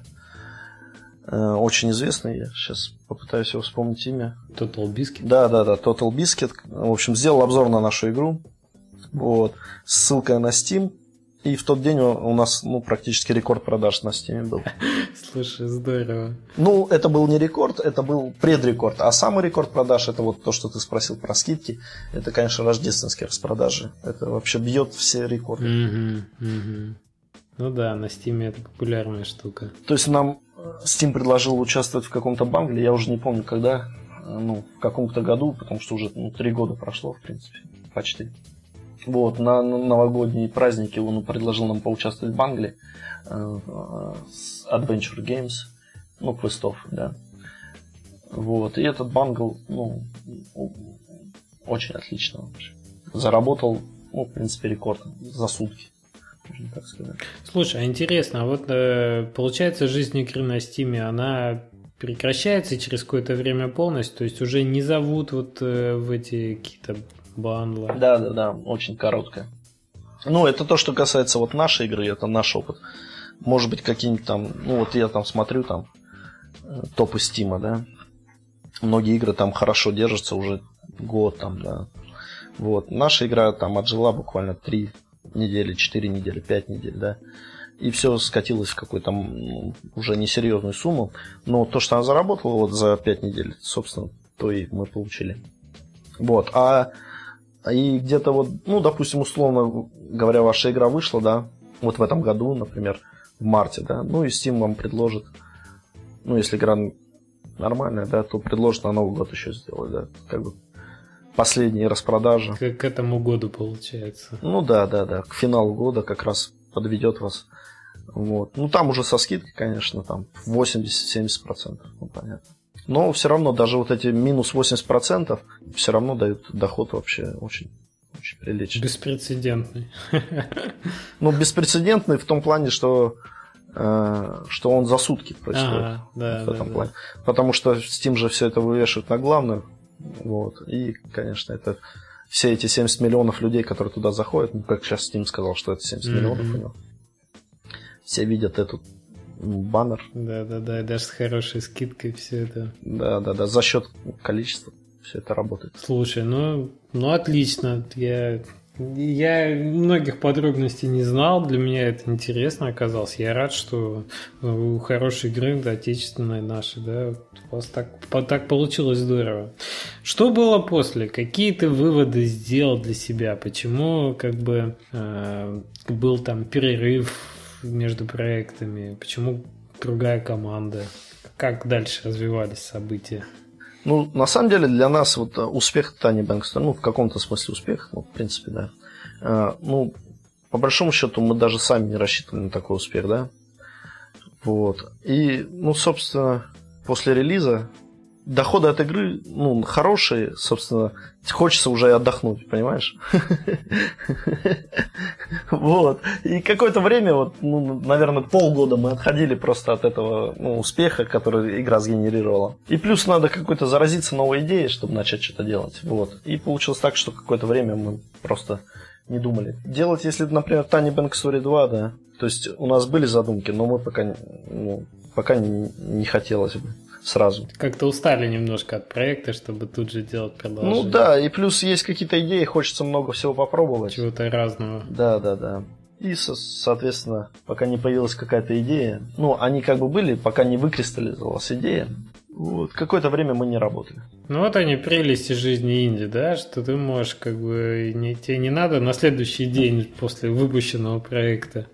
очень известный, я сейчас попытаюсь его вспомнить имя. Total Biscuit. Да, да, да, Total Biscuit, в общем, сделал обзор на нашу игру, вот, с ссылкой на Steam. И в тот день у нас, ну, практически рекорд продаж на Steam был. Слушай, здорово. Ну, это был не рекорд, это был предрекорд. А самый рекорд продаж, это вот то, что ты спросил про скидки, это, конечно, рождественские распродажи. Это вообще бьет все рекорды. Mm-hmm, mm-hmm. Ну да, на Steam это популярная штука. То есть нам Steam предложил участвовать в каком-то бангле, я уже не помню когда, ну, в каком-то году, потому что уже ну, три года прошло, в принципе, почти. Вот, на новогодние праздники он предложил нам поучаствовать в бангле э, с Adventure Games, ну, квестов, да. Вот, и этот бангл, ну, очень отлично вообще. Заработал, ну, в принципе, рекорд за сутки, можно так сказать. Слушай, а интересно, а вот э, получается, жизнь игры на Steam, она прекращается через какое-то время полностью, то есть уже не зовут вот э, в эти какие-то... бандлы. Да, да, да, очень короткая. Ну, это то, что касается вот нашей игры, это наш опыт. Может быть, какие-нибудь там, ну, вот я там смотрю, там, топы Стима, да. Многие игры там хорошо держатся уже год, там, да. Вот. Наша игра там отжила буквально три недели, четыре недели, пять недель, да. И все скатилось в какую-то ну, уже несерьезную сумму. Но то, что она заработала вот за пять недель, собственно, то и мы получили. Вот. А и где-то вот, ну, допустим, условно говоря, ваша игра вышла, да, вот в этом году, например, в марте, да, ну, и Steam вам предложит, ну, если игра нормальная, да, то предложит на Новый год еще сделать, да, как бы последние распродажи. К, к этому году, получается. Ну, да, да, да, к финалу года как раз подведет вас, вот. Ну, там уже со скидкой, конечно, там восемьдесят-семьдесят процентов, ну, понятно. Но все равно даже вот эти минус восемьдесят процентов все равно дают доход вообще очень, очень очень приличный. Беспрецедентный. Ну, беспрецедентный в том плане, что, э, что он за сутки происходит. Ага, да, в этом да, плане. да. Потому что Steam же все это вывешивает на главную. Вот. И, конечно, это все эти семьдесят миллионов людей, которые туда заходят, ну, как сейчас Steam сказал, что это семьдесят mm-hmm. миллионов у него. Все видят этот баннер. Да-да-да, даже с хорошей скидкой все это. Да-да-да, за счет количества все это работает. Слушай, ну, ну отлично. Я, я многих подробностей не знал, для меня это интересно оказалось. Я рад, что у хорошей игры, да, отечественной нашей, да, у вас так, так получилось здорово. Что было после? Какие ты выводы сделал для себя? Почему как бы э, был там перерыв между проектами? Почему другая команда? Как дальше развивались события? Ну, на самом деле, для нас вот успех Tiny Bank Story, ну, в каком-то смысле успех, ну, в принципе, да. А, ну, по большому счету, мы даже сами не рассчитывали на такой успех, да. Вот. И, ну, собственно, после релиза доходы от игры, ну, хорошие, собственно, хочется уже и отдохнуть, понимаешь? Вот. И какое-то время, вот, ну, наверное, полгода мы отходили просто от этого, ну, успеха, который игра сгенерировала. И плюс надо какой-то заразиться новой идеей, чтобы начать что-то делать. Вот. И получилось так, что какое-то время мы просто не думали. Делать, если, например, Tiny Bank Story два, да, то есть у нас были задумки, но мы пока, ну, пока не, не хотелось бы. Сразу. Как-то устали немножко от проекта, чтобы тут же делать продолжение. Ну да, и плюс есть какие-то идеи, хочется много всего попробовать. Чего-то разного. Да, да, да. И, со- соответственно, пока не появилась какая-то идея, ну, они как бы были, пока не выкристаллизовалась идея, вот, какое-то время мы не работали. Ну вот они прелести жизни инди, да, что ты можешь как бы, не, тебе не надо на следующий день после выпущенного проекта.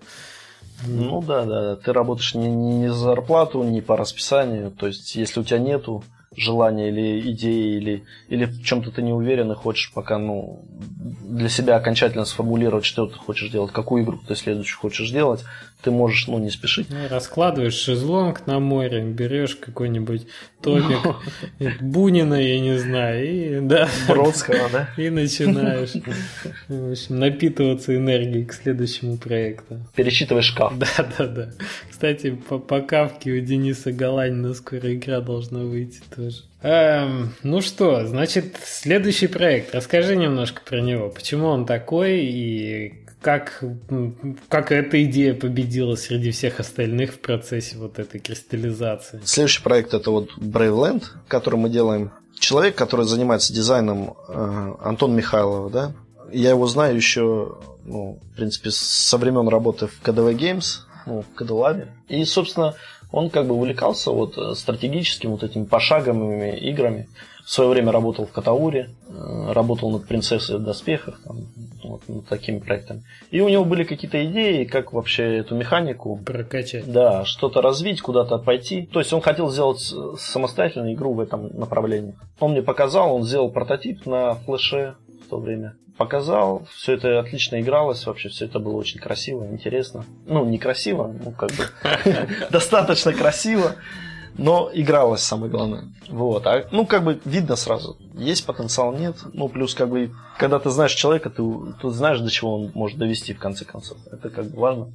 Ну да, да, да. Ты работаешь не, не за зарплату, не по расписанию. То есть, если у тебя нету желания или идеи, или, или в чем-то ты не уверен и хочешь пока, ну, для себя окончательно сформулировать, что ты хочешь делать, какую игру ты следующую хочешь делать, ты можешь, ну, не спешить. Ну, раскладываешь шезлонг на море, берешь какой-нибудь топик Бунина, я не знаю, и да, Бродского, да? И начинаешь, в общем, напитываться энергией к следующему проекту. Перечитываешь шкаф. Да, да, да. Кстати, по, по Кавке у Дениса Галанина скоро игра должна выйти тоже. Эм, ну что, значит, следующий проект. Расскажи немножко про него. Почему он такой и как, как эта идея победила среди всех остальных в процессе вот этой кристаллизации? Следующий проект — это вот Braveland, который мы делаем. Человек, который занимается дизайном, Антон Михайлов, да. Я его знаю еще, ну, в принципе, со времен работы в КДВ Games, ну, в КДЛабе. И, собственно, он как бы увлекался вот стратегическими вот этими пошаговыми играми. В свое время работал в Катауре, работал над «Принцессой в доспехах», там, вот, над такими проектами. И у него были какие-то идеи, как вообще эту механику прокачать. Да, что-то развить, куда-то пойти. То есть он хотел сделать самостоятельную игру в этом направлении. Он мне показал, он сделал прототип на флеше в то время. Показал, все это отлично игралось, вообще все это было очень красиво, интересно. Ну, не красиво, ну, как бы достаточно красиво, но игралось, самое главное. Вот. А, ну, как бы видно сразу, есть потенциал, нет. Ну, плюс, как бы, когда ты знаешь человека, ты, ты знаешь, до чего он может довести, в конце концов. Это как бы важно.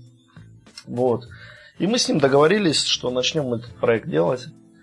Вот. И мы с ним договорились, что начнем этот проект делать.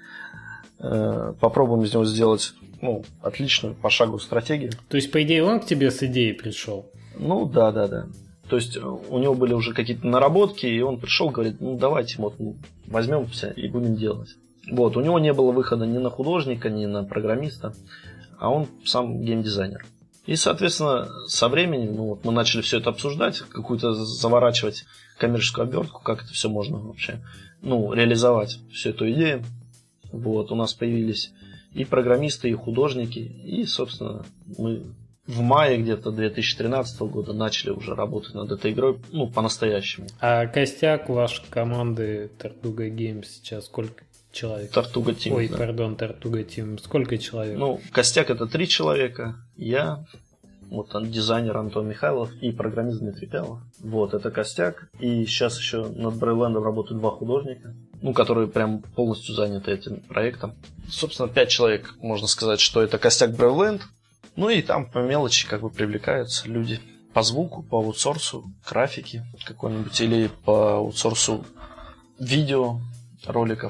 Попробуем из него сделать, ну, отличную пошаговую стратегию. То есть, по идее, он к тебе с идеей пришел? Ну, да, да, да. То есть, у него были уже какие-то наработки, и он пришел, говорит, ну, давайте вот возьмемся и будем делать. Вот, у него не было выхода ни на художника, ни на программиста, а он сам геймдизайнер. И, соответственно, со временем, ну, вот мы начали все это обсуждать, какую-то заворачивать коммерческую обертку, как это все можно вообще, ну, реализовать, всю эту идею. Вот, у нас появились и программисты, и художники, и, собственно, мы в мае где-то две тысячи тринадцатого года начали уже работать над этой игрой, ну, по-настоящему. А костяк вашей команды Tortuga Games сейчас сколько человек? Tortuga Team. Ой, да. пардон, Tortuga Team. Сколько человек? Ну, костяк — это три человека, я, вот дизайнер Антон Михайлов и программист Дмитрий Пялов. Вот, это костяк. И сейчас еще над Braveland работают два художника, ну, которые прям полностью заняты этим проектом. Собственно, пять человек, можно сказать, что это костяк Braveland. Ну и там по мелочи как бы привлекаются люди. По звуку, по аутсорсу, графике какой-нибудь, или по аутсорсу видео, роликов.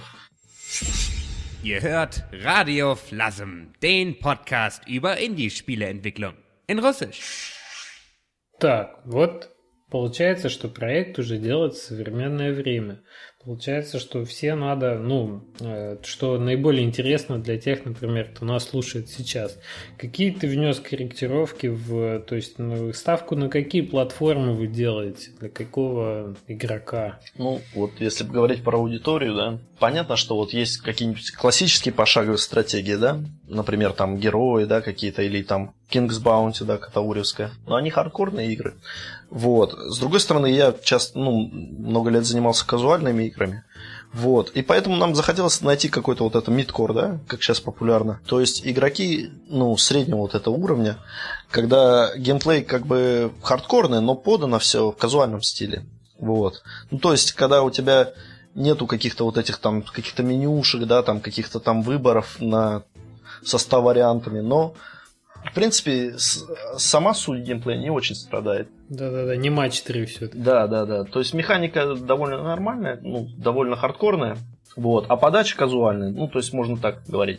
Ihr hört Radio Flasm, den Podcast über Indie-Spieleentwicklung in Russisch. Так, вот получается, что проект уже делает в современное время. Получается, что все надо, ну, э, что наиболее интересно для тех, например, кто нас слушает сейчас. Какие ты внес корректировки в, то есть, ну, ставку на какие платформы вы делаете, для какого игрока? Ну, вот если бы говорить про аудиторию, да, понятно, что вот есть какие-нибудь классические пошаговые стратегии, да, например, там герои, да, какие-то, или там King's Bounty, да, катауревская, но они хардкорные игры. Вот. С другой стороны, я часто, ну, много лет занимался казуальными играми. Вот. И поэтому нам захотелось найти какой-то вот это мидкор, да, как сейчас популярно. То есть игроки, ну, среднего вот этого уровня, когда геймплей как бы хардкорный, но подано все в казуальном стиле. Вот. Ну, то есть, когда у тебя нету каких-то вот этих там, каких-то менюшек, да, там, каких-то там выборов на со ста вариантами, но в принципе, сама суть геймплея не очень страдает. Да-да-да, не матч три все-таки. Да-да-да. То есть механика довольно нормальная, ну, довольно хардкорная, вот, а подача казуальная. Ну, то есть можно так говорить.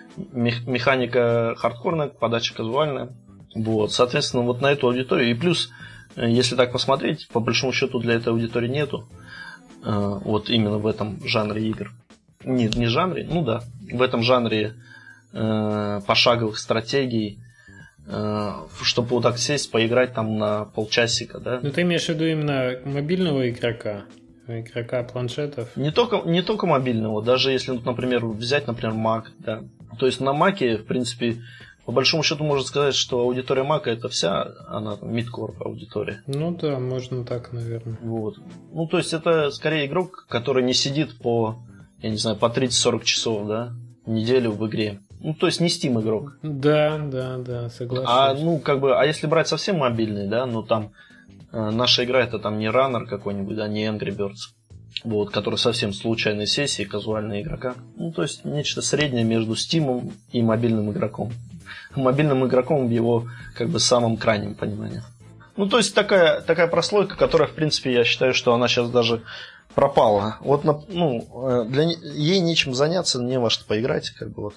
Механика хардкорная, подача казуальная. Вот, соответственно, вот на эту аудиторию. И плюс, если так посмотреть, по большому счету для этой аудитории нету. Вот именно в этом жанре игр. Не, не жанре, ну да, в этом жанре пошаговых стратегий, чтобы вот так сесть, поиграть там на полчасика, да. Ну ты имеешь в виду именно мобильного игрока, игрока планшетов? Не только, не только мобильного, даже если, например, взять, например, Mac, да. То есть на Mac, в принципе, по большому счету можно сказать, что аудитория Mac это вся, она мидкор аудитория. Ну да, можно так, наверное. Вот. Ну то есть это скорее игрок, который не сидит по, я не знаю, по тридцать-сорок часов, да, в неделю в игре. Ну, то есть не Steam игрок. Да, да, да, согласен. А, ну, как бы, а если брать совсем мобильный, да, ну там э, наша игра это там не Runner какой-нибудь, да, не Angry Birds, вот, который совсем случайной сессии, казуальный игрока. Ну, то есть нечто среднее между Steam и мобильным игроком. Мобильным игроком в его, как бы, самом крайнем понимании. Ну, то есть такая, такая прослойка, которая, в принципе, я считаю, что она сейчас даже пропала. Вот, ну, для, ей нечем заняться, не во что поиграть, как бы вот.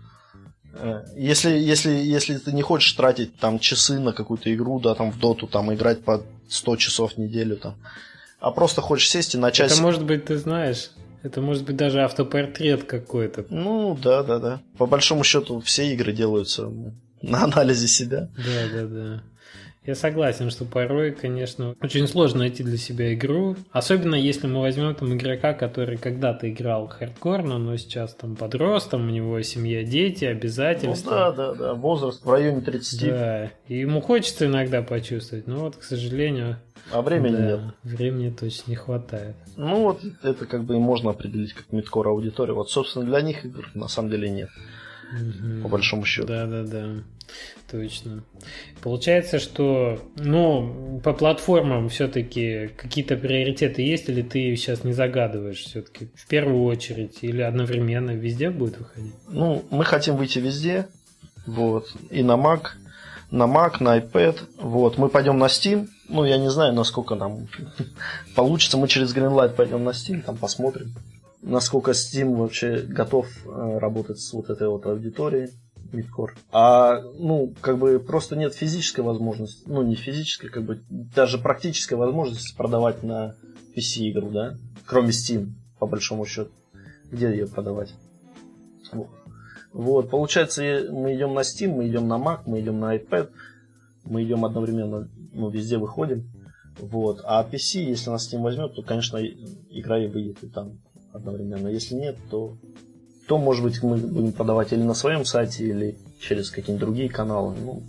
Если, если, если ты не хочешь тратить там часы на какую-то игру, да, там в доту, там играть по сто часов в неделю, там, а просто хочешь сесть и начать... Это может быть, ты знаешь, это может быть даже автопортрет какой-то. Ну, да, да, да. По большому счету все игры делаются на анализе себя. Да, да, да. Я согласен, что порой, конечно, очень сложно найти для себя игру. Особенно если мы возьмем там игрока, который когда-то играл хардкорно, но сейчас там подростом, у него семья, дети, обязательства. Ну да, да, да, возраст в районе тридцати. Да, и ему хочется иногда почувствовать, но вот, к сожалению... А времени да, нет. Времени точно не хватает. Ну вот это как бы и можно определить как мидкор аудиторию. Вот, собственно, для них игр на самом деле нет. Угу. По большому счету. Да, да, да. Точно. Получается, что, ну, по платформам все-таки какие-то приоритеты есть, или ты сейчас не загадываешь все-таки в первую очередь, или одновременно везде будет выходить? Ну, мы хотим выйти везде, вот, и на Mac, на Mac, на iPad, вот, мы пойдем на Steam, ну, я не знаю, насколько нам получится, мы через Greenlight пойдем на Steam, там посмотрим, насколько Steam вообще готов работать с вот этой вот аудиторией. Мидкор. А, ну, как бы просто нет физической возможности, ну, не физической, как бы даже практической возможности продавать на пи си игру, да, кроме Steam, по большому счету. Где ее продавать? Вот. Вот, получается, мы идем на Steam, мы идем на Mac, мы идем на iPad, мы идем одновременно, ну, везде выходим. Вот. А пи си, если на Steam возьмет, то, конечно, игра и выйдет и там одновременно. Если нет, то то, может быть, мы будем продавать или на своем сайте, или через какие-нибудь другие каналы. Ну,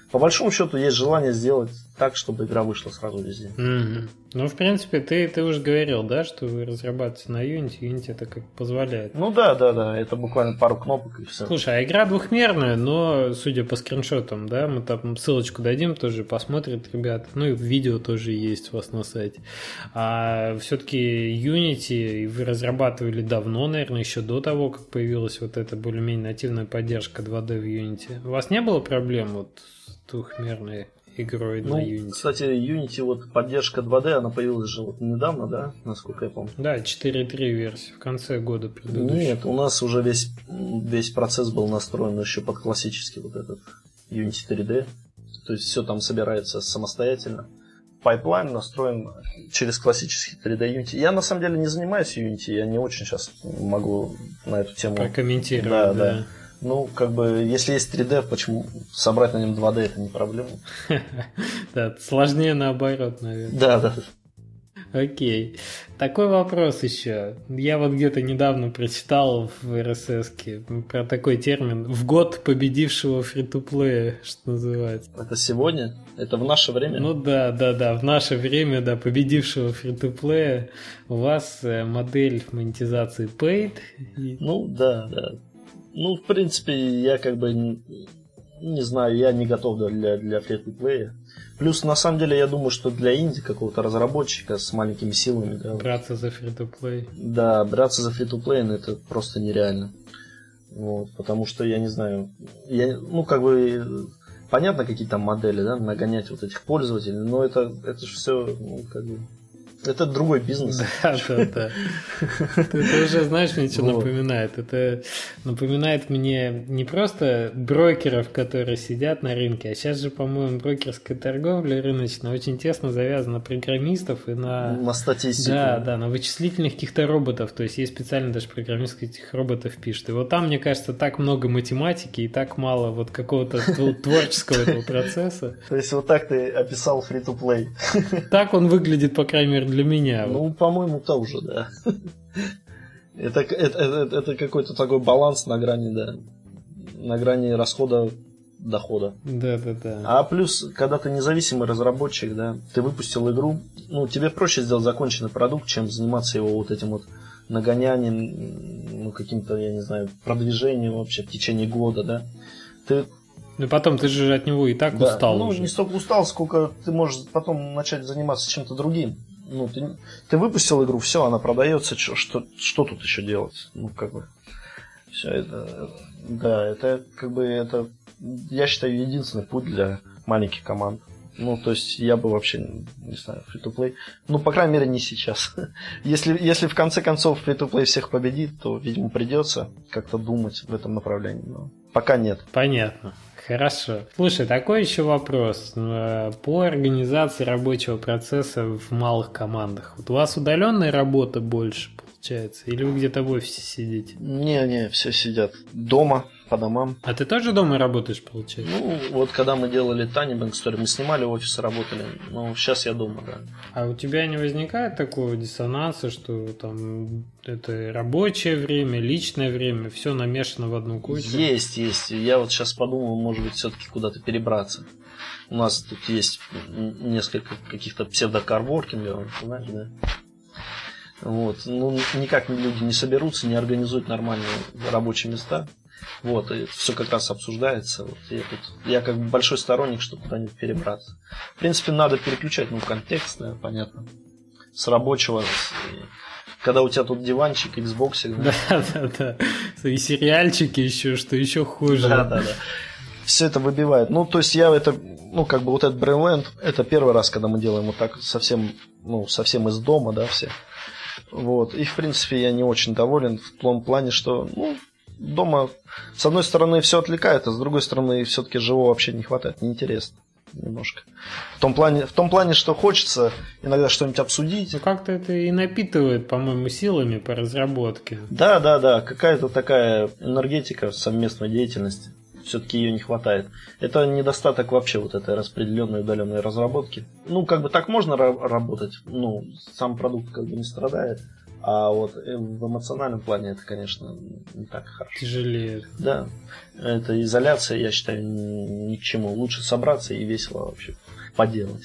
по большому счету есть желание сделать так, чтобы игра вышла сразу везде. Mm-hmm. Ну, в принципе, ты, ты уже говорил, да, что вы разрабатываете на Unity, Unity это как позволяет. Ну да, да, да, это буквально пару кнопок и все. Слушай, а игра двухмерная, но, судя по скриншотам, да, мы там ссылочку дадим, тоже посмотрят ребята, ну и видео тоже есть у вас на сайте. А все-таки Unity вы разрабатывали давно, наверное, еще до того, как появилась вот эта более-менее нативная поддержка два дэ в Unity. У вас не было проблем вот с двухмерной игрой ну, на Unity? Кстати, Unity, вот поддержка два дэ, она появилась же вот недавно, да, насколько я помню? Да, четыре точка три версия, в конце года предыдущего. Нет, у нас уже весь, весь процесс был настроен еще под классический вот этот Unity три дэ. То есть все там собирается самостоятельно. Пайплайн настроен через классический три дэ Unity. Я на самом деле не занимаюсь Unity, я не очень сейчас могу на эту тему прокомментировать. Да, да. да. Ну, как бы, если есть три дэ, почему собрать на нем два дэ, это не проблема. Да, сложнее наоборот, наверное. Да, да. Окей. Такой вопрос еще. Я вот где-то недавно прочитал в эр эс эс-ке про такой термин «в год победившего фри-то-плея», что называется. Это сегодня? Это в наше время? Ну да, да, да. В наше время, да, победившего фри-то-плея у вас модель монетизации paid. И... Ну да, да. Ну, в принципе, я как бы не, не знаю, я не готов для, для фри-то-плея. Плюс, на самом деле, я думаю, что для инди какого-то разработчика с маленькими силами... Да, браться за фри-то-плей. Да, браться за фри-то-плей, ну, это просто нереально. Вот, потому что, я не знаю, я, ну, как бы, понятно, какие там модели, да, нагонять вот этих пользователей, но это, это же все, ну, как бы... Это другой бизнес. Да, да, да. Это уже, знаешь, мне что напоминает? Это напоминает мне не просто брокеров, которые сидят на рынке, а сейчас же, по-моему, брокерская торговля рыночная очень тесно завязана на программистов и на... На статистику. Да, да, на вычислительных каких-то роботов. То есть есть специально даже программист этих роботов пишет. И вот там, мне кажется, так много математики и так мало вот какого-то творческого этого процесса. То есть вот так ты описал free-to-play. Так он выглядит, по крайней мере, для меня. Ну, вот. По-моему, тоже, да. это, это, это, это какой-то такой баланс на грани, да, на грани расхода дохода. Да, да, да. А плюс, когда ты независимый разработчик, да, ты выпустил игру, ну, тебе проще сделать законченный продукт, чем заниматься его вот этим вот нагонянием, ну, каким-то, я не знаю, продвижением вообще в течение года, да. Ты Ну потом ты же от него и так да, устал. Ну, уже. не столько устал, сколько ты можешь потом начать заниматься чем-то другим. Ну, ты, ты выпустил игру, все, она продается, что, что, что тут еще делать? Ну, как бы, все это, да, это, как бы, это, я считаю, единственный путь для маленьких команд. Ну, то есть, я бы вообще, не знаю, free-to-play, ну, по крайней мере, не сейчас. если, если в конце концов free-to-play всех победит, то, видимо, придется как-то думать в этом направлении, но пока нет. Понятно. Хорошо. Слушай, такой еще вопрос. По организации рабочего процесса в малых командах. Вот у вас удаленная работа больше получается? Или вы где-то в офисе сидите? Не-не, все сидят дома, по домам. А ты тоже дома работаешь, получается? Ну, вот когда мы делали Tiny Bank Story, мы снимали офис, работали. Но сейчас я дома, да. А у тебя не возникает такого диссонанса, что там это рабочее время, личное время, все намешано в одну кучу? Есть, есть. Я вот сейчас подумал, может быть, все-таки куда-то перебраться. У нас тут есть несколько каких-то псевдокарворкингов, знаешь, да? Вот. Ну, никак люди не соберутся, не организуют нормальные рабочие места. Вот, и все как раз обсуждается. Вот, я, тут, я как бы большой сторонник, чтобы куда-нибудь перебраться. В принципе, надо переключать, ну, контекст, да, понятно. С рабочего, с, когда у тебя тут диванчик, Xbox. Да, да, да. И сериальчики еще, что еще хуже. Да, да, да. Все это выбивает. Ну, то есть я это, ну, как бы вот этот Brainland, это первый раз, когда мы делаем вот так совсем, ну, совсем из дома, да, все. Вот. И, в принципе, я не очень доволен в том плане, что, ну, дома, с одной стороны, все отвлекает, а с другой стороны, все-таки живого вообще не хватает, неинтересно немножко. В том плане, в том плане, что хочется иногда что-нибудь обсудить. Ну, как-то это и напитывает, по-моему, силами по разработке. Да, да, да, какая-то такая энергетика совместной деятельности. Все-таки ее не хватает. Это недостаток вообще вот этой распределенной удаленной разработки. Ну, как бы так можно ра- работать, ну, сам продукт как бы не страдает. А вот в эмоциональном плане это, конечно, не так хорошо. Тяжелее. Да. Это изоляция, я считаю, ни к чему. Лучше собраться и весело вообще поделать.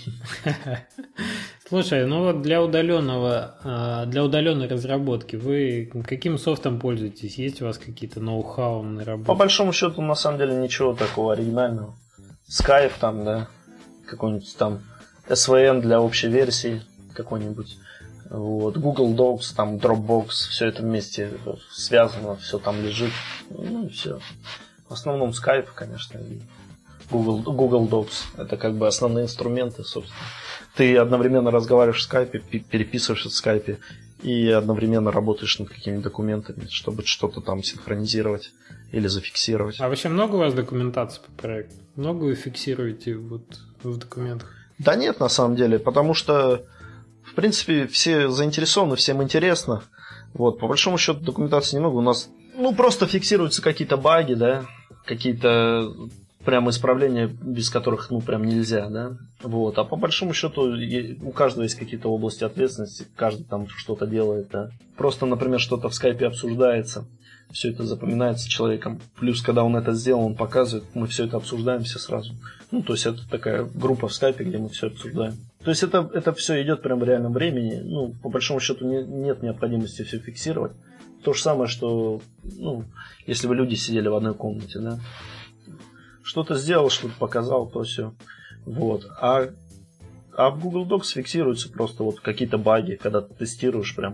Слушай, ну вот для удаленного, для удаленной разработки вы каким софтом пользуетесь? Есть у вас какие-то ноу-хау на работе? По большому счету, на самом деле, ничего такого оригинального. Skype там, да, какой-нибудь там эс ви эн для общей версии какой-нибудь. Вот, Google Docs, там Dropbox, все это вместе связано, все там лежит. Ну и все. В основном Skype, конечно, и Google, Google Docs. Это как бы основные инструменты, собственно. Ты одновременно разговариваешь в Skype, переписываешься в Skype и одновременно работаешь над какими-то документами, чтобы что-то там синхронизировать или зафиксировать. А вообще много у вас документации по проекту? Много вы фиксируете вот в документах? Да нет, на самом деле, потому что в принципе, все заинтересованы, всем интересно. Вот, по большому счету, документации немного. У нас, ну, просто фиксируются какие-то баги, да, какие-то прямо исправления, без которых, ну, прям нельзя, да. Вот, а по большому счету, у каждого есть какие-то области ответственности, каждый там что-то делает, да. Просто, например, что-то в скайпе обсуждается, все это запоминается человеком. Плюс, когда он это сделал, он показывает, мы все это обсуждаем все сразу. Ну, то есть, это такая группа в скайпе, где мы все обсуждаем. То есть, это, это все идет прямо в реальном времени. Ну, по большому счету, не, нет необходимости все фиксировать. То же самое, что, ну, если бы люди сидели в одной комнате, да. Что-то сделал, что-то показал, то все. Вот. А, а в Google Docs фиксируются просто вот какие-то баги, когда ты тестируешь прям,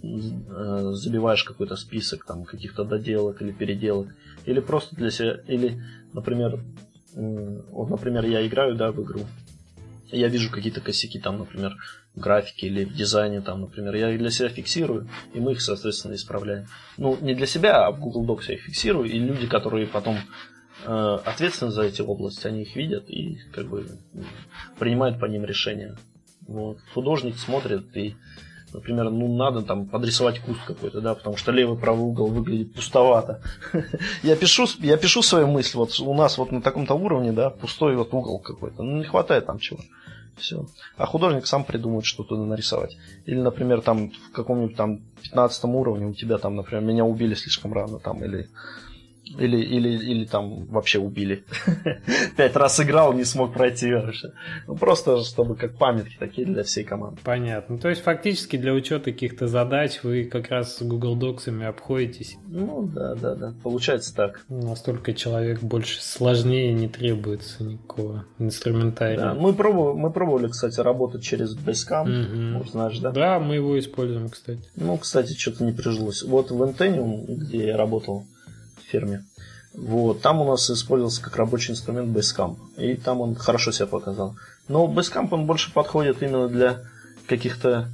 забиваешь какой-то список там каких-то доделок или переделок, или просто для себя, или, например, вот, например, я играю, да, в игру, я вижу какие-то косяки там, например, в графике или в дизайне там, например, я их для себя фиксирую, и мы их, соответственно, исправляем. Ну, не для себя, а в Google Docs я их фиксирую, и люди, которые потом э, ответственны за эти области, они их видят и как бы принимают по ним решения. Вот. Художник смотрит и, например, ну надо там подрисовать куст какой-то, да, потому что левый правый угол выглядит пустовато. я пишу, я пишу свою мысль, вот у нас вот на таком-то уровне, да, пустой вот угол какой-то, ну не хватает там чего. Все. А художник сам придумает, что туда нарисовать. Или, например, там в каком-нибудь там пятнадцатом уровне у тебя там, например, меня убили слишком рано, там, или Или, или, или там вообще убили. Пять раз играл, не смог пройти вообще. Ну, просто чтобы как памятки такие для всей команды. Понятно. То есть, фактически для учета каких-то задач вы как раз с Google Docs'ами обходитесь. Ну, да, да, да. Получается так. Настолько человек больше сложнее, не требуется никакого инструментария. Да. Мы, пробовали, мы пробовали, кстати, работать через Basecamp. Угу. Вот, знаешь, да? Да, мы его используем, кстати. Ну, кстати, что-то не прижилось. Вот в Intenium, где я работал, фирме. Вот, там у нас использовался как рабочий инструмент Basecamp. И там он хорошо себя показал. Но Basecamp он больше подходит именно для каких-то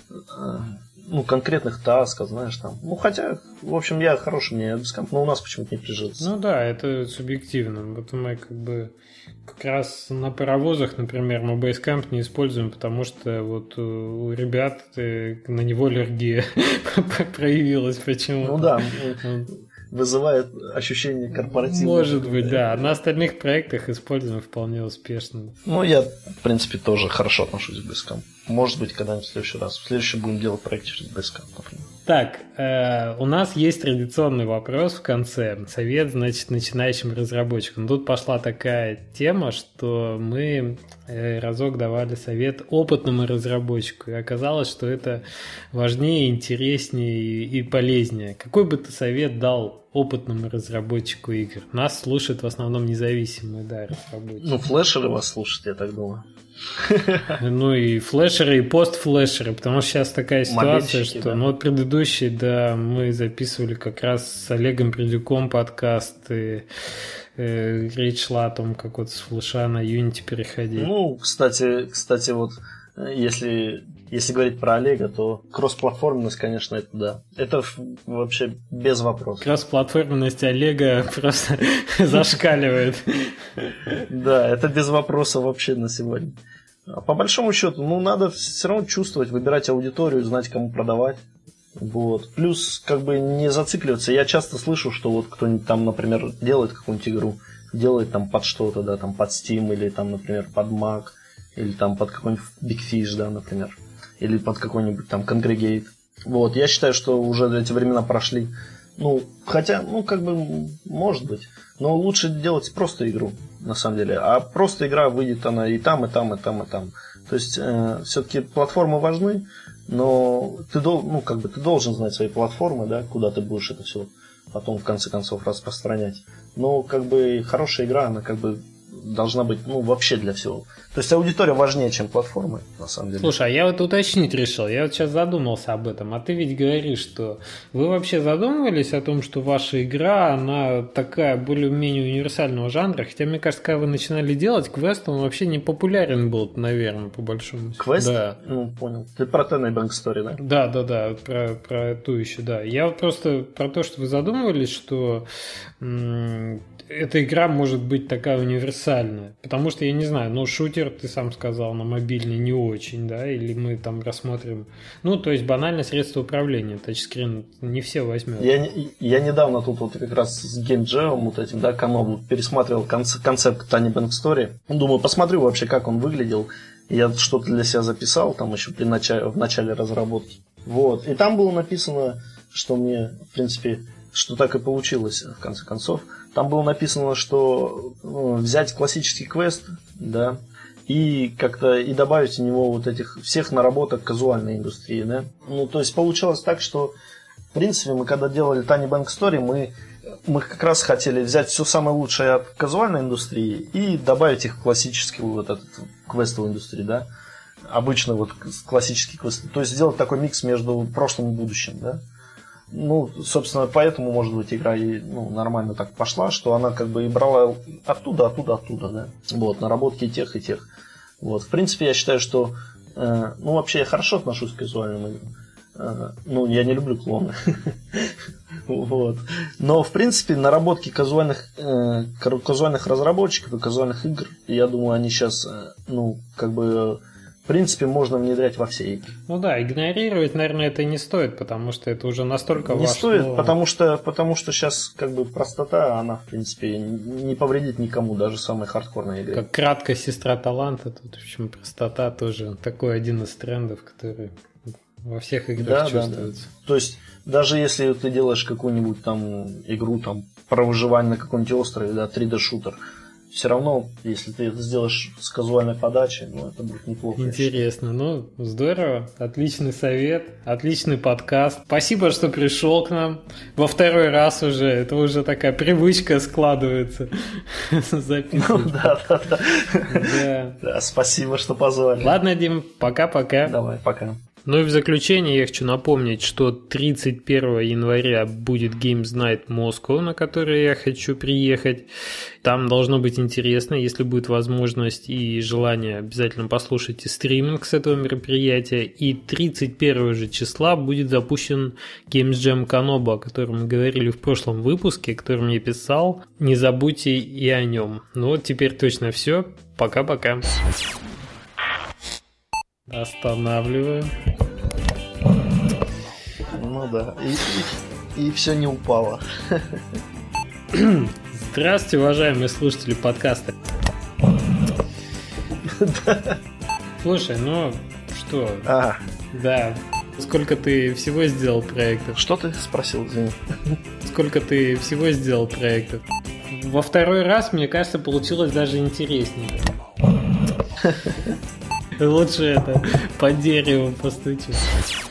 ну, конкретных тасков, знаешь, там. Ну, хотя, в общем, я хороший мне Basecamp, но у нас почему-то не прижился. Ну да, это субъективно. Вот мы как бы как раз на паровозах, например, мы Basecamp не используем, потому что вот у ребят на него аллергия проявилась почему-то. Ну да, вызывает ощущение корпоративного. Может быть, да. На остальных проектах используем вполне успешно. Ну, я, в принципе, тоже хорошо отношусь к Basecamp. Может быть, когда-нибудь в следующий раз. В следующий будем делать проект через Basecamp, например. Так, э, у нас есть традиционный вопрос в конце. Совет, значит, начинающим разработчикам. Тут пошла такая тема, что мы э, разок давали совет опытному разработчику. И оказалось, что это важнее, интереснее и, и полезнее. Какой бы ты совет дал опытному разработчику игр? Нас слушают в основном независимые, да, разработчики. Ну, флешеры вас слушают, я так думаю. Ну и флешеры, и постфлешеры, потому что сейчас такая ситуация, Мобильщики, что да. ну вот предыдущий, да, мы записывали как раз с Олегом Придюком подкаст, и э, речь шла о том, как вот с флеша на Unity переходить. Ну, кстати, кстати, вот если, если говорить про Олега, то кроссплатформенность, конечно, это да. Это вообще без вопросов. Кроссплатформенность Олега просто зашкаливает. Да, это без вопросов вообще на сегодня. А по большому счету, ну, надо все равно чувствовать, выбирать аудиторию, знать, кому продавать. Вот. Плюс, как бы не зацикливаться. Я часто слышу, что вот кто-нибудь там, например, делает какую-нибудь игру, делает там под что-то, да, там под Steam или там, например, под Mac, или там под какой-нибудь Big Fish, да, например, или под какой-нибудь там Congregate. Вот, я считаю, что уже эти времена прошли. Ну, хотя, ну, как бы, может быть. Но лучше делать просто игру, на самом деле. А просто игра выйдет она и там, и там, и там, и там. То есть, э, все-таки платформы важны, но ты, дол- ну, как бы, ты должен знать свои платформы, да, куда ты будешь это все потом, в конце концов, распространять. Но, как бы, хорошая игра, она, как бы, должна быть, ну, вообще для всего. То есть аудитория важнее, чем платформы, на самом деле. Слушай, а я вот уточнить решил, я вот сейчас задумался об этом, а ты ведь говоришь, что вы вообще задумывались о том, что ваша игра, она такая более-менее универсального жанра, хотя, мне кажется, когда вы начинали делать, квест, он вообще не популярен был, наверное, по большому счету. Квест? Да. Ну, понял. Ты про Tiny Bank Story, да? Да, да, да, про, про ту еще, да. Я вот просто про то, что вы задумывались, что м- эта игра может быть такая универсальная, потому что, я не знаю, ну, шутер, ты сам сказал, на мобильный не очень, да, или мы там рассмотрим, ну, то есть банальное средство управления, тачскрин не все возьмет. Я, я недавно тут вот как раз с геймджевом вот этим, да, Канобу пересматривал концепт, концепт Tiny Bank Story, думаю, посмотрю вообще, как он выглядел, я что-то для себя записал, там еще при начале, в начале разработки, вот, и там было написано, что мне, в принципе, что так и получилось, в конце концов. Там было написано, что ну, взять классический квест, да, и как-то и добавить в него вот этих всех наработок казуальной индустрии, да. Ну, то есть получилось так, что, в принципе, мы когда делали Tiny Bank Story, мы, мы как раз хотели взять все самое лучшее от казуальной индустрии и добавить их в классическую вот эту квестовую индустрию, да. Обычно вот классический квест. То есть сделать такой микс между прошлым и будущим, да. Ну, собственно, поэтому, может быть, игра и ну, нормально так пошла, что она как бы и брала оттуда, оттуда, оттуда, да. Вот, наработки и тех, и тех. Вот, в принципе, я считаю, что э, ну, вообще я хорошо отношусь к казуальным играм. Э, ну, я не люблю клоны. Вот. Но, в принципе, наработки казуальных, э, казуальных разработчиков и казуальных игр, я думаю, они сейчас, э, ну, как бы... В принципе, можно внедрять во все игры. Ну да, игнорировать, наверное, это не стоит, потому что это уже настолько не вошло... стоит, потому что, потому что сейчас как бы простота, она, в принципе, не повредит никому, даже самой хардкорной игре. Как краткая сестра таланта, тут, в общем, простота тоже такой один из трендов, который во всех играх да, чувствуется. Да, да. То есть, даже если ты делаешь какую-нибудь там игру там, про выживание на каком-нибудь острове, да, три дэ-шутер, все равно, если ты это сделаешь с казуальной подачей, ну, это будет неплохо. Интересно, ну, здорово, отличный совет, отличный подкаст. Спасибо, что пришел к нам во второй раз уже, это уже такая привычка складывается записывать. Да, да, да. Да, спасибо, что позвали. Ладно, Дим, пока-пока. Давай, пока. Ну и в заключение я хочу напомнить, что тридцать первого января будет Games Night Moscow, на который я хочу приехать. Там должно быть интересно, если будет возможность и желание, обязательно послушайте стриминг с этого мероприятия. И тридцать первого же числа будет запущен Games Jam Kanobo, о котором мы говорили в прошлом выпуске, о котором я писал. Не забудьте и о нем. Ну вот теперь точно все. Пока-пока. Останавливаю. Ну да, и, и, и все не упало. Здравствуйте, уважаемые слушатели подкаста. Слушай, ну что? А. Да. Сколько ты всего сделал проектов? Что ты спросил, извини? Сколько ты всего сделал проектов? Во второй раз, мне кажется, получилось даже интереснее. Лучше это по дереву постучить.